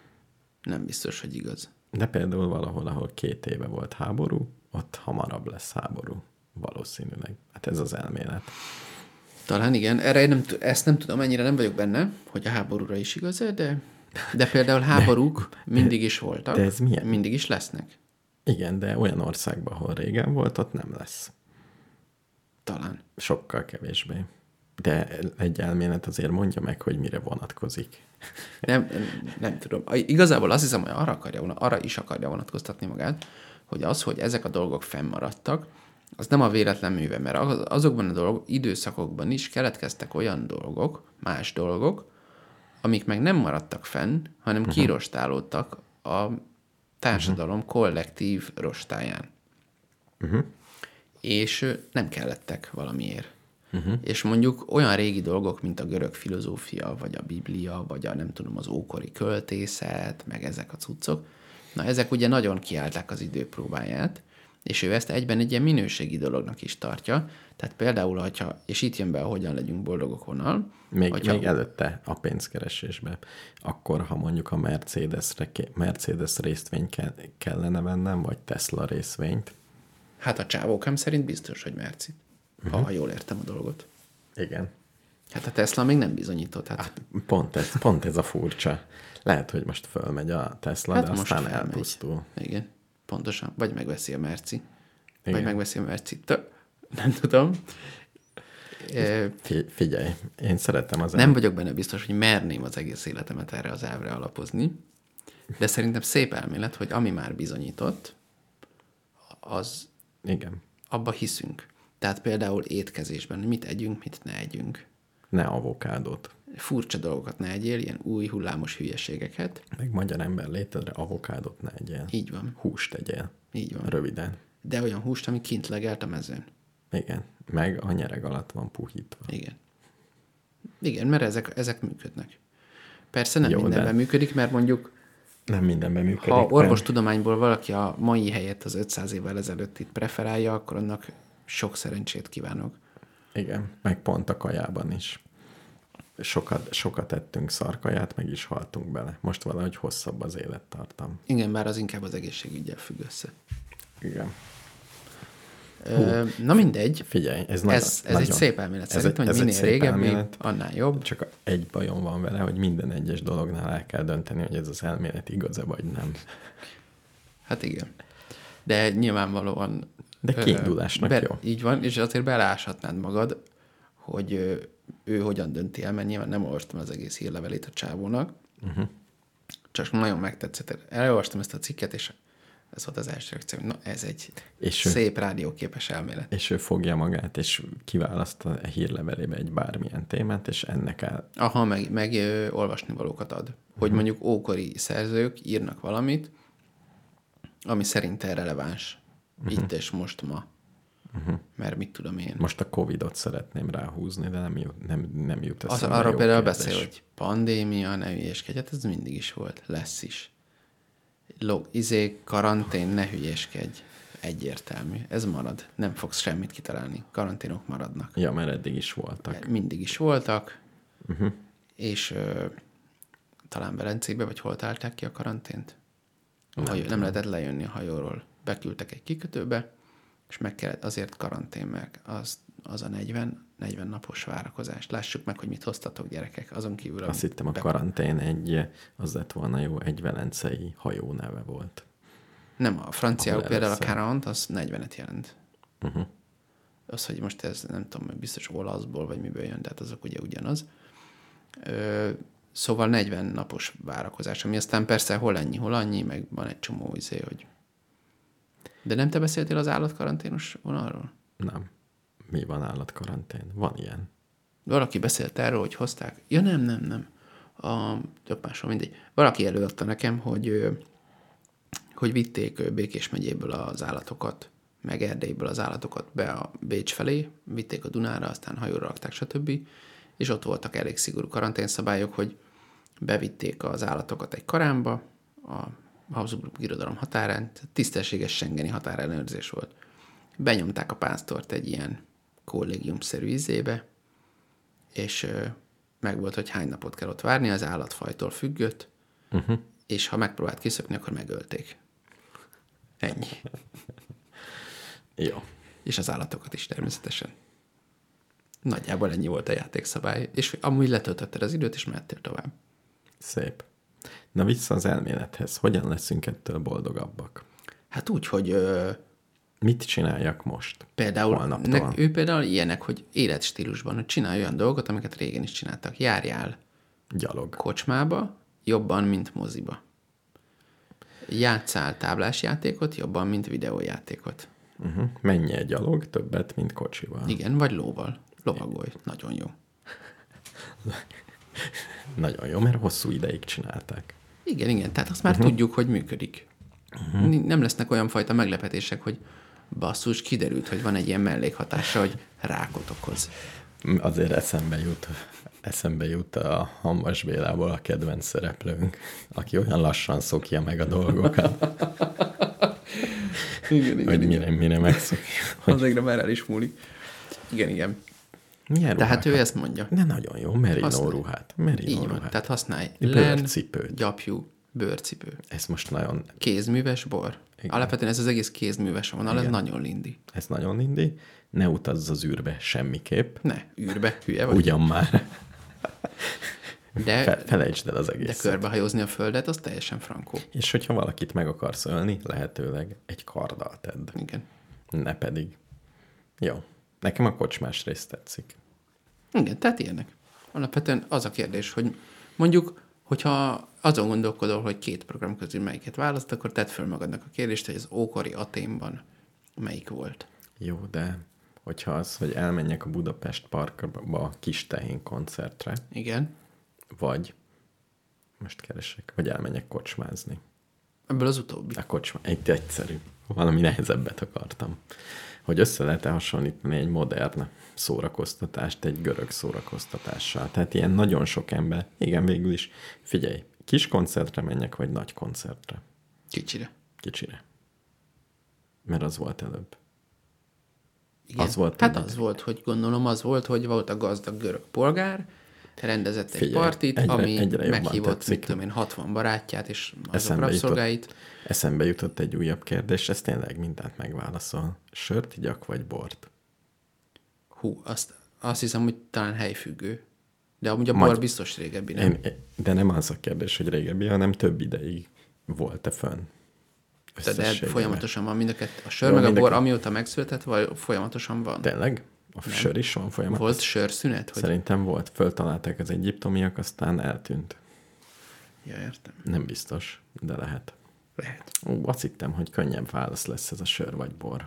nem biztos, hogy igaz. De például valahol, ahol két éve volt háború, ott hamarabb lesz háború. Valószínűleg. Hát ez az elmélet. Talán igen, erre én nem, ezt nem tudom, ennyire nem vagyok benne, hogy a háborúra is igaz, de, de például háborúk mindig is voltak, de ez milyen? mindig is lesznek. Igen, de olyan országban, ahol régen volt, ott nem lesz. Talán. Sokkal kevésbé. De egy elmélet azért mondja meg, hogy mire vonatkozik. Nem, nem, nem tudom. Igazából azt hiszem, hogy arra, akarja, arra is akarja vonatkoztatni magát, hogy az, hogy ezek a dolgok fennmaradtak, az nem a véletlen műve, mert azokban a dolgok, időszakokban is keletkeztek olyan dolgok, más dolgok, amik meg nem maradtak fenn, hanem uh-huh. kirostálódtak a társadalom uh-huh. kollektív rostáján. Uh-huh. És nem kellettek valamiért. Uh-huh. És mondjuk olyan régi dolgok, mint a görög filozófia, vagy a Biblia, vagy a nem tudom, az ókori költészet, meg ezek a cuccok, na ezek ugye nagyon kiállták az idő próbáját, és ő ezt egyben egy ilyen minőségi dolognak is tartja. Tehát például, hogyha, és itt jön be a hogyan legyünk boldogok vonal. Még, hogyha, még előtte a pénzkeresésbe. Akkor, ha mondjuk a Mercedesre, Mercedes részvényt kellene vennem, vagy Tesla részvényt. Hát a csávókám szerint biztos, hogy Merci. Uh-huh. Ha jól értem a dolgot. Igen. Hát a Tesla még nem bizonyított. Hát, hát pont, ez, pont ez a furcsa. Lehet, hogy most fölmegy a Tesla, hát de aztán felmegy. Elpusztul. Igen, pontosan. Vagy megveszi a Merci. Igen. Vagy megveszi a Mercit. Nem tudom. Fi- figyelj, én szeretem az... Nem el... vagyok benne biztos, hogy merném az egész életemet erre az elvre alapozni, de szerintem szép elmélet, hogy ami már bizonyított, az... Igen. Abba hiszünk. Tehát például étkezésben, mit együnk, mit ne együnk. Ne avokádót. Furcsa dolgokat ne egyél, ilyen új hullámos hülyeségeket. Meg magyar ember létedre avokádót ne egyél. Így van. Húst egyél. Így van. Röviden. De olyan húst, ami kint legelt a mezőn. Igen. Meg a nyereg alatt van puhítva. Igen. Igen, mert ezek, ezek működnek. Persze nem Jó, mindenben de... működik, mert mondjuk nem mindenben működik. Ha orvostudományból valaki a mai helyet az ötszáz évvel ezelőtt itt preferálja, akkor annak sok szerencsét kívánok. Igen, meg pont a kajában is. Sokat, sokat ettünk szarkaját, meg is haltunk bele. Most valahogy hosszabb az élettartam. Igen, bár az inkább az egészségüggyel függ össze. Igen. Ö, na mindegy. Figyelj, ez, ez, nagyon, ez nagyon, egy szép elmélet. Ez Szerintem, hogy minél régebbi, annál jobb. Csak egy bajom van vele, hogy minden egyes dolognál el kell dönteni, hogy ez az elmélet igaz-e vagy nem. Hát igen. De nyilvánvalóan De kiindulásnak be, jó. Így van, és azért beláshatnád magad, hogy ő, ő hogyan dönti el, mert nyilván nem olvastam az egész hírlevelét a csávónak, uh-huh. csak nagyon megtetszett. Elolvastam ezt a cikket, és ez volt az első reakció, hogy na, ez egy és szép ő, rádióképes elmélet. És ő fogja magát, és kiválaszt a hírlevelébe egy bármilyen témát, és ennek el... Aha, meg, meg ö, olvasni valókat ad. Hogy uh-huh. mondjuk ókori szerzők írnak valamit, ami szerintem releváns. Uh-huh. Itt és most ma. Uh-huh. Mert mit tudom én. Most a Covidot szeretném ráhúzni, de nem jut, nem, nem jut eszembe. Az, arra például kérdés. Beszél, hogy pandémia, ne hülyéskedj, hát ez mindig is volt, lesz is. Log, izé, karantén, ne hülyéskedj. Egyértelmű. Ez marad. Nem fogsz semmit kitalálni. Karanténok maradnak. Ja, mert eddig is voltak. Mindig is voltak, uh-huh. és ö, talán Velencébe, vagy hol találták ki a karantént? Nem, hajó, nem lehetett lejönni a hajóról. Beküldtek egy kikötőbe, és meg kellett azért karantén meg. Az, az a negyven, negyven napos várakozás. Lássuk meg, hogy mit hoztatok, gyerekek. Azon kívül... Azt hittem, a karantén egy, az lett volna jó, egy velencei hajó neve volt. Nem, a franciául például a quarante, az negyvenet jelent. Uh-huh. Az, hogy most ez nem tudom, biztos olaszból, vagy miből jön, tehát azok ugye ugyanaz. Ö, szóval negyven napos várakozás, ami aztán persze hol ennyi, hol annyi, meg van egy csomó izé, hogy... De nem te beszéltél az állatkaranténos vonalról? Nem. Mi van állatkarantén? Van ilyen. Valaki beszélt erről, hogy hozták... Ja nem, nem, nem. A, tök máshol mindegy. Valaki előadta nekem, hogy, hogy vitték Békés megyéből az állatokat, meg Erdélyből az állatokat be a Bécs felé, vitték a Dunára, aztán hajóra rakták, stb. És ott voltak elég szigorú karanténszabályok, hogy bevitték az állatokat egy karámba, a Habsburg Birodalom határán, tisztességes schengeni határellenőrzés volt. Benyomták a pásztort egy ilyen kollégiumszerű izébe, és ö, meg volt, hogy hány napot kell ott várni, az állatfajtól függött, uh-huh. és ha megpróbált kiszökni, akkor megölték. Ennyi. Jó. És az állatokat is természetesen. Nagyjából ennyi volt a játékszabály, és amúgy letöltötted az időt, és mehettél tovább. Szép. Na vissza az elmélethez. Hogyan leszünk ettől boldogabbak? Hát úgy, hogy... Ö, mit csináljak most? Például, ne, ő például ilyenek, hogy életstílusban, hogy csinálj olyan dolgot, amiket régen is csináltak. Járjál gyalog kocsmába, jobban, mint moziba. Játszál táblásjátékot, jobban, mint videójátékot. Uh-huh. Menj el gyalog, többet, mint kocsival. Igen, vagy lóval. Lovagolj. Nagyon jó. Nagyon jó, mert hosszú ideig csinálták. Igen, igen. Tehát azt már uh-huh. tudjuk, hogy működik. Uh-huh. Nem lesznek olyan fajta meglepetések, hogy basszus, kiderült, hogy van egy ilyen mellékhatása, hogy rákot okoz. Azért eszembe jut, eszembe jut a Hamvas Bélából a kedvenc szereplőnk, aki olyan lassan szokja meg a dolgokat. Igen, igen, hogy mire, mire megszokja. Hogy... Azégre már el is múlik. Igen, igen. Milyen tehát ruhákat? ő ezt mondja. De nagyon jó, merino használj. ruhát. Merino Így van, ruhát. tehát használj bőrcipőt. len, gyapjú, bőrcipő. Ez most nagyon... Kézműves bor. Igen. Alapvetően ez az egész kézműves vonal, ez nagyon lindi. Ez nagyon lindi. Ne utazz az űrbe semmiképp. Ne, űrbe, hülye vagy. Ugyan már. De, Fe, felejtsd el az egészet. De körbehajózni a földet, az teljesen frankó. És hogyha valakit meg akarsz ölni, lehetőleg egy karddal tedd. Igen. Ne pedig. Jó. Nekem a kocsmás rész tetszik. Igen, tehát ilyenek. Alapvetően az a kérdés, hogy mondjuk, hogyha azon gondolkodol, hogy két program közül melyiket választ, akkor tedd föl magadnak a kérdést, hogy az ókori Athénban melyik volt. Jó, de hogyha az, hogy elmenjek a Budapest Parkba a Kis Tehén koncertre. Igen. Vagy, most keresek, vagy elmenjek kocsmázni. Ebből az utóbbi. A kocsma, egy egyszerű. Valami nehezebbet akartam. Hogy össze lehet-e hasonlítani egy modern szórakoztatást egy görög szórakoztatással. Tehát ilyen nagyon sok ember. Igen, végül is. Figyelj, kis koncertre menjek, vagy nagy koncertre? Kicsire. Kicsire. Mert az volt előbb. Igen. Az volt hát az volt, hogy gondolom az volt, hogy volt a gazdag görög polgár, rendezett egy Figyelj, partit, egyre, ami egyre meghívott, mit tudom én, hatvan barátját, és azok rabszolgáit. Jutott, eszembe jutott egy újabb kérdés, ez tényleg mindent megválaszol. Sört igyak, vagy bort? Hú, azt, azt hiszem, hogy talán helyfüggő. De amúgy a Majd, bor biztos régebbi, nem? Én, de nem az a kérdés, hogy régebbi, hanem több ideig volt-e fönn. De folyamatosan van mind a kettő. A sör Jó, meg a bor, a... amióta megszületett, vagy folyamatosan van? Tényleg? A nem. Sör is van folyamatosan? Volt sörszünet? Hogy... Szerintem volt. Föltalálták az egyiptomiak, aztán eltűnt. Ja, értem. Nem biztos, de lehet. Lehet. Ó, azt hittem, hogy könnyebb válasz lesz ez a sör vagy bor.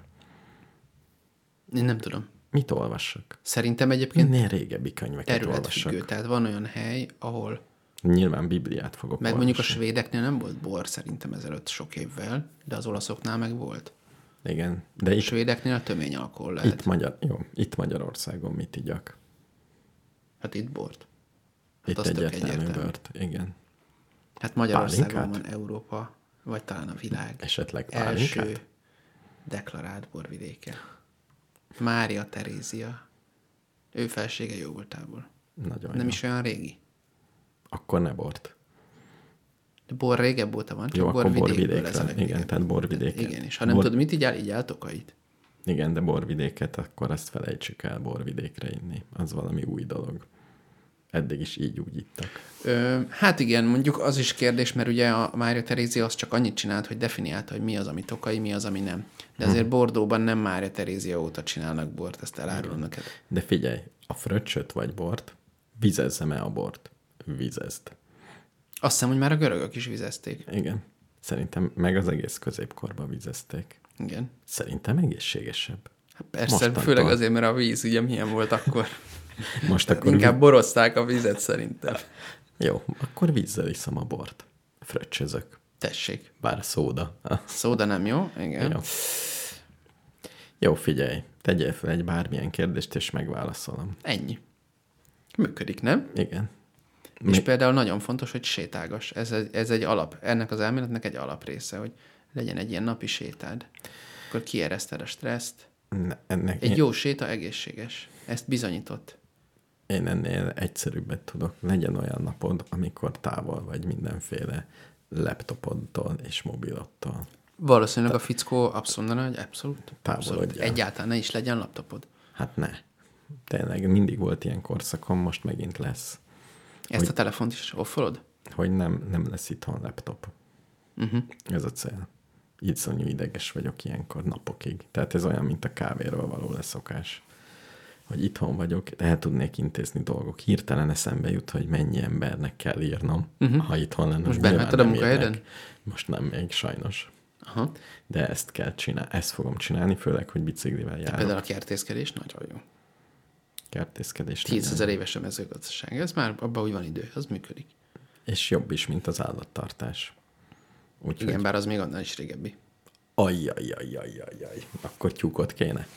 Én nem tudom. Mit olvassak? Szerintem egyébként minél régebbi könyveket területfüggő, olvassak. tehát van olyan hely, ahol... Nyilván Bibliát fogok Meg olvasni. mondjuk a svédeknél nem volt bor szerintem ezelőtt sok évvel, de az olaszoknál meg volt. Igen. De itt, a svédeknél a tömény alkohol lehet. Itt, Magyar, jó, itt Magyarországon mit igyak? Hát itt bort. Hát itt egyértelmű bort, igen. Hát Magyarországon van Európa, vagy talán a világ esetleg első deklarált borvidéke. Mária Terézia. Ő felsége jó voltából. Nagyon Nem jó. is olyan régi. Akkor ne bort. De bor régebb óta van, csak jó, borvidékből ez a legvidékebb. Igen, tehát borvidéket. Igen, és ha nem bor... tudod, mit igyál, igyál tokait. Igen, de borvidéket, akkor azt felejtsük el borvidékre inni. Az valami új dolog. Eddig is így úgy ittak. Ö, hát igen, mondjuk az is kérdés, mert ugye a Mária Terézia az csak annyit csinált, hogy definiálta, hogy mi az, ami tokai, mi az, ami nem. De azért hm. Bordeauxban nem Mária Terézia óta csinálnak bort, ezt elárulom neked. De figyelj, a fröccsöt vagy bort, vizezzem el a bort. Vizezd. Azt hiszem, hogy már a görögök is vizezték. Igen. Szerintem meg az egész középkorban vizezték. Igen. Szerintem egészségesebb. Hát persze, mostantól. Főleg azért, mert a víz ugye milyen volt akkor. Most akkor inkább víz... borozták a vizet szerintem. Jó, akkor vízzel iszom a bort. Fröccsözök. Tessék. Bár szóda. Szóda nem jó? Igen. Jó. Jó, figyelj. Tegyél fel egy bármilyen kérdést, és megválaszolom. Ennyi. Működik, nem? Igen. És Mi? Például nagyon fontos, hogy sétálgass. Ez egy, ez egy alap, ennek az elméletnek egy alaprésze, hogy legyen egy ilyen napi sétád. Akkor kiereszted a stresszt. Ne, ennek egy én... jó séta egészséges. Ezt bizonyított. Én ennél egyszerűbbet tudok. Legyen olyan napod, amikor távol vagy mindenféle laptopodtól és mobilottól. Valószínűleg Te... a fickó abszolút, hogy abszolút, abszolút. Egyáltalán ne is legyen laptopod. Hát ne. Tényleg mindig volt ilyen korszakom, most megint lesz. Ezt hogy, a telefont is offolod? Hogy nem, nem lesz itthon laptop. Uh-huh. Ez a cél. Iszonyú ideges vagyok ilyenkor napokig. Tehát ez olyan, mint a kávéról való leszokás. Hogy itthon vagyok, el tudnék intézni dolgok. Hirtelen eszembe jut, hogy mennyi embernek kell írnom, uh-huh. ha itthon lenne. Most bemeheted a munkahelyeden? Most nem még, sajnos. Aha. De ezt kell csinálni, ezt fogom csinálni, főleg, hogy biciklivel járok. De például a kertészkedés nagyon jó. Kertészkedés. tízezer éves a mezőgazdaság. Ez már abban úgy van idő, az működik. És jobb is, mint az állattartás. Úgy, igen, hogy... bár az még annál is régebbi. Ajjajjajjajjaj. Akkor tyúkot kéne.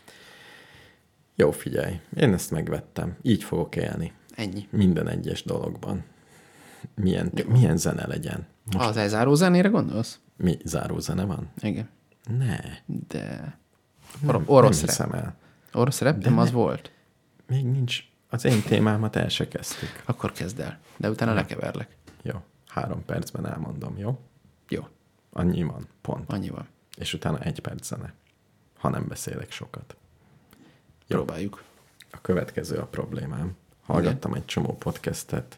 Jó, figyelj. Én ezt megvettem. Így fogok élni. Ennyi. Minden egyes dologban. Milyen, milyen zene legyen. Most... Az elzáró zenére gondolsz? Mi? Záró zene van? Igen. Ne. De... Nem, orosz nem hiszem el. Orosz rap? Nem, az volt. Még nincs. Az én témámat el se kezdtük. Akkor kezd el. De utána ja. lekeverlek. Jó. Három percben elmondom, jó? Jó. Annyi van. Pont. Annyi van. És utána egy perc zene. Ha nem beszélek sokat. Jó. Próbáljuk. A következő a problémám. Hallgattam okay. egy csomó podcastet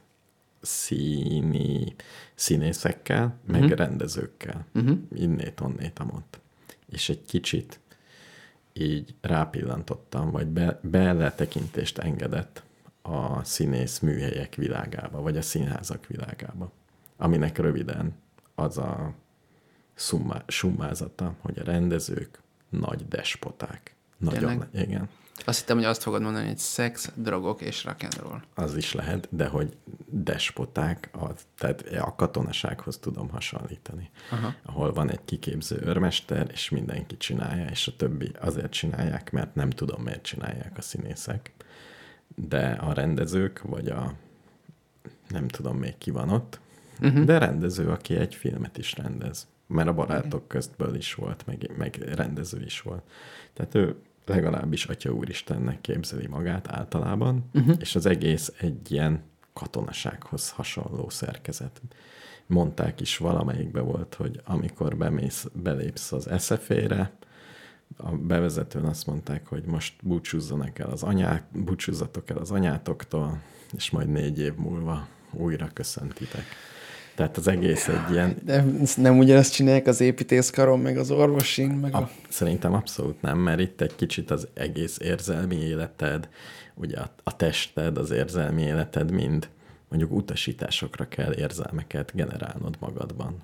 színi, színészekkel, uh-huh. meg rendezőkkel. Uh-huh. Innét, onnét, amott. És egy kicsit így rápillantottam, vagy be, beletekintést engedett a színész műhelyek világába, vagy a színházak világába, aminek röviden az a summa, summázata, hogy a rendezők nagy despoták. Nagyon, nagy, igen. Azt hittem, hogy azt fogod mondani, hogy szex, drogok és rock'n'roll. Az is lehet, de hogy despoták, az, tehát a katonasághoz tudom hasonlítani. Aha. Ahol van egy kiképző őrmester, és mindenki csinálja, és a többi azért csinálják, mert nem tudom, miért csinálják a színészek. De a rendezők, vagy a nem tudom még ki van ott, uh-huh. de rendező, aki egy filmet is rendez. Mert a Barátok köztből is volt, meg, meg rendező is volt. Tehát ő legalábbis Atya Úristennek képzeli magát általában, uh-huh. és az egész egy ilyen katonasághoz hasonló szerkezet. Mondták is, valamelyikbe volt, hogy amikor bemész, belépsz az es ef é-re, a bevezetőn azt mondták, hogy most búcsúzzanak el az anyák, búcsúzzatok el az anyátoktól, és majd négy év múlva újra köszöntitek. Tehát az egész egy ilyen... De nem ugyanezt csinálják az építészkaron, meg az orvosin, meg a... a... Szerintem abszolút nem, mert itt egy kicsit az egész érzelmi életed, ugye a, a tested, az érzelmi életed mind mondjuk utasításokra kell érzelmeket generálnod magadban.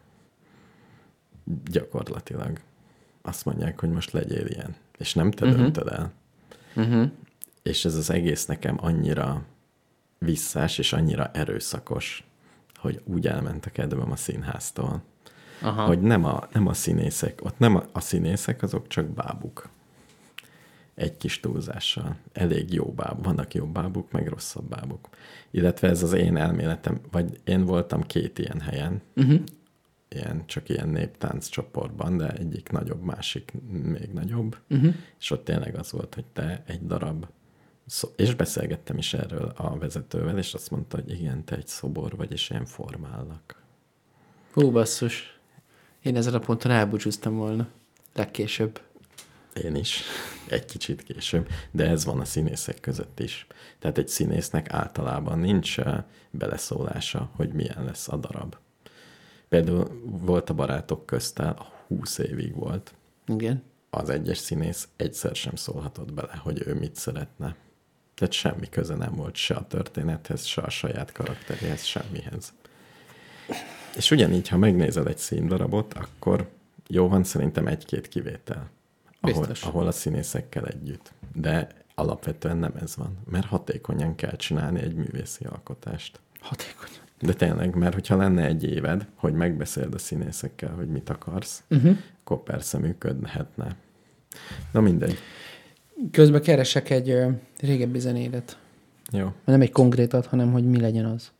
Gyakorlatilag. Azt mondják, hogy most legyél ilyen. És nem te uh-huh. döntöd el. Uh-huh. És ez az egész nekem annyira visszás, és annyira erőszakos, hogy úgy elment a kedvem a színháztól. Aha. Hogy nem a, nem a színészek, ott nem a, a színészek, azok csak bábuk. Egy kis túlzással. Elég jó bábuk. Vannak jó bábuk, meg rosszabb bábuk. Illetve ez az én elméletem, vagy én voltam két ilyen helyen, uh-huh. ilyen, csak ilyen néptánc csoportban, de egyik nagyobb, másik még nagyobb, uh-huh. és ott tényleg az volt, hogy te egy darab, szó- és beszélgettem is erről a vezetővel, és azt mondta, hogy igen, te egy szobor vagy, és én formállak. Hú, basszus. Én ezen a ponton elbúcsúztam volna. Legkésőbb. Én is. Egy kicsit később. De ez van a színészek között is. Tehát egy színésznek általában nincs beleszólása, hogy milyen lesz a darab. Például volt a Barátok köztel, húsz évig volt. Igen. Az egyes színész egyszer sem szólhatott bele, hogy ő mit szeretne. Tehát semmi köze nem volt se a történethez, se a saját karakteréhez, semmihez. És ugyanígy, ha megnézel egy színdarabot, akkor jó van szerintem egy-két kivétel, ahol, ahol a színészekkel együtt. De alapvetően nem ez van, mert hatékonyan kell csinálni egy művészi alkotást. Hatékonyan. De tényleg, mert hogyha lenne egy éved, hogy megbeszéld a színészekkel, hogy mit akarsz, uh-huh. akkor persze működhetne. Na mindegy. Közben keresek egy ö, régebbi zenédet. Jó. Nem egy konkrétat, hanem hogy mi legyen az.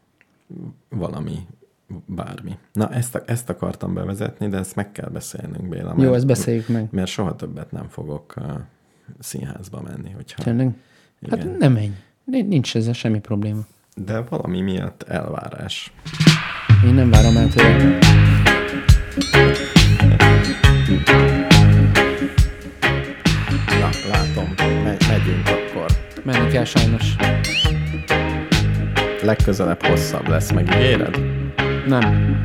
Valami, bármi. Na, ezt, ezt akartam bevezetni, de ezt meg kell beszélnünk, Béla. Mert, Jó, ezt beszéljük meg. Mert soha többet nem fogok uh, színházba menni, hogyha... Tényleg? Igen. Hát nem menj. Nincs ezzel semmi probléma. De valami miatt elvárás. Én nem várom el tőle. Na, látom. Megy, megyünk akkor. Menni kell sajnos. Legközelebb hosszabb lesz, megígéred? Nem.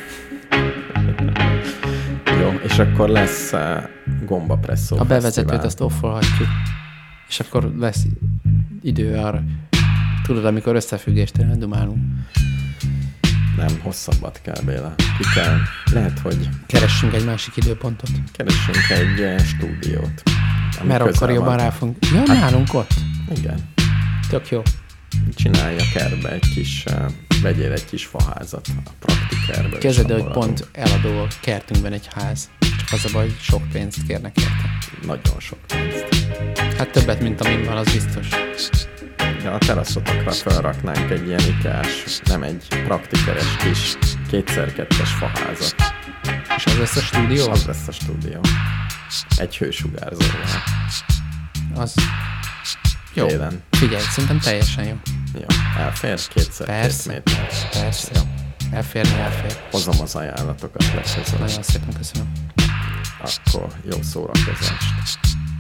Jó, és akkor lesz uh, gombapresszó. A bevezetőt azt offolhatjuk. És akkor lesz idő arra. Tudod, amikor összefüggéstelen dumálunk. Nem, hosszabbat kell, Béla. Ki kell. Lehet, hogy... Keressünk egy másik időpontot. Keressünk egy uh, stúdiót. Mert akkor jobban rá fogunk... Ja, hát, nálunk ott? Igen. Tök jó. Csinálj a kertbe egy kis... Uh, vegyél egy kis faházat a praktikerből. Kezded, hogy pont eladó a kertünkben egy ház. Csak az a baj, hogy sok pénzt kérnek érte. Nagyon sok pénzt. Hát többet, mint amin van, az biztos. Ja, a teraszotokra felraknánk egy ilyen ikás, nem egy praktikeres kis kétszer-kettes faházat. És az lesz a stúdió? Az lesz a stúdió. Egy hősugárzóval. Az... Jó. Télen. Figyelj, szerintem teljesen jó. Jó, elfér kétszer Persze. két méter. Persze. Jó. Elférni, elfér. Hozom az ajánlatokat legközelebb. Nagyon szépen köszönöm. Akkor jó szórakozást.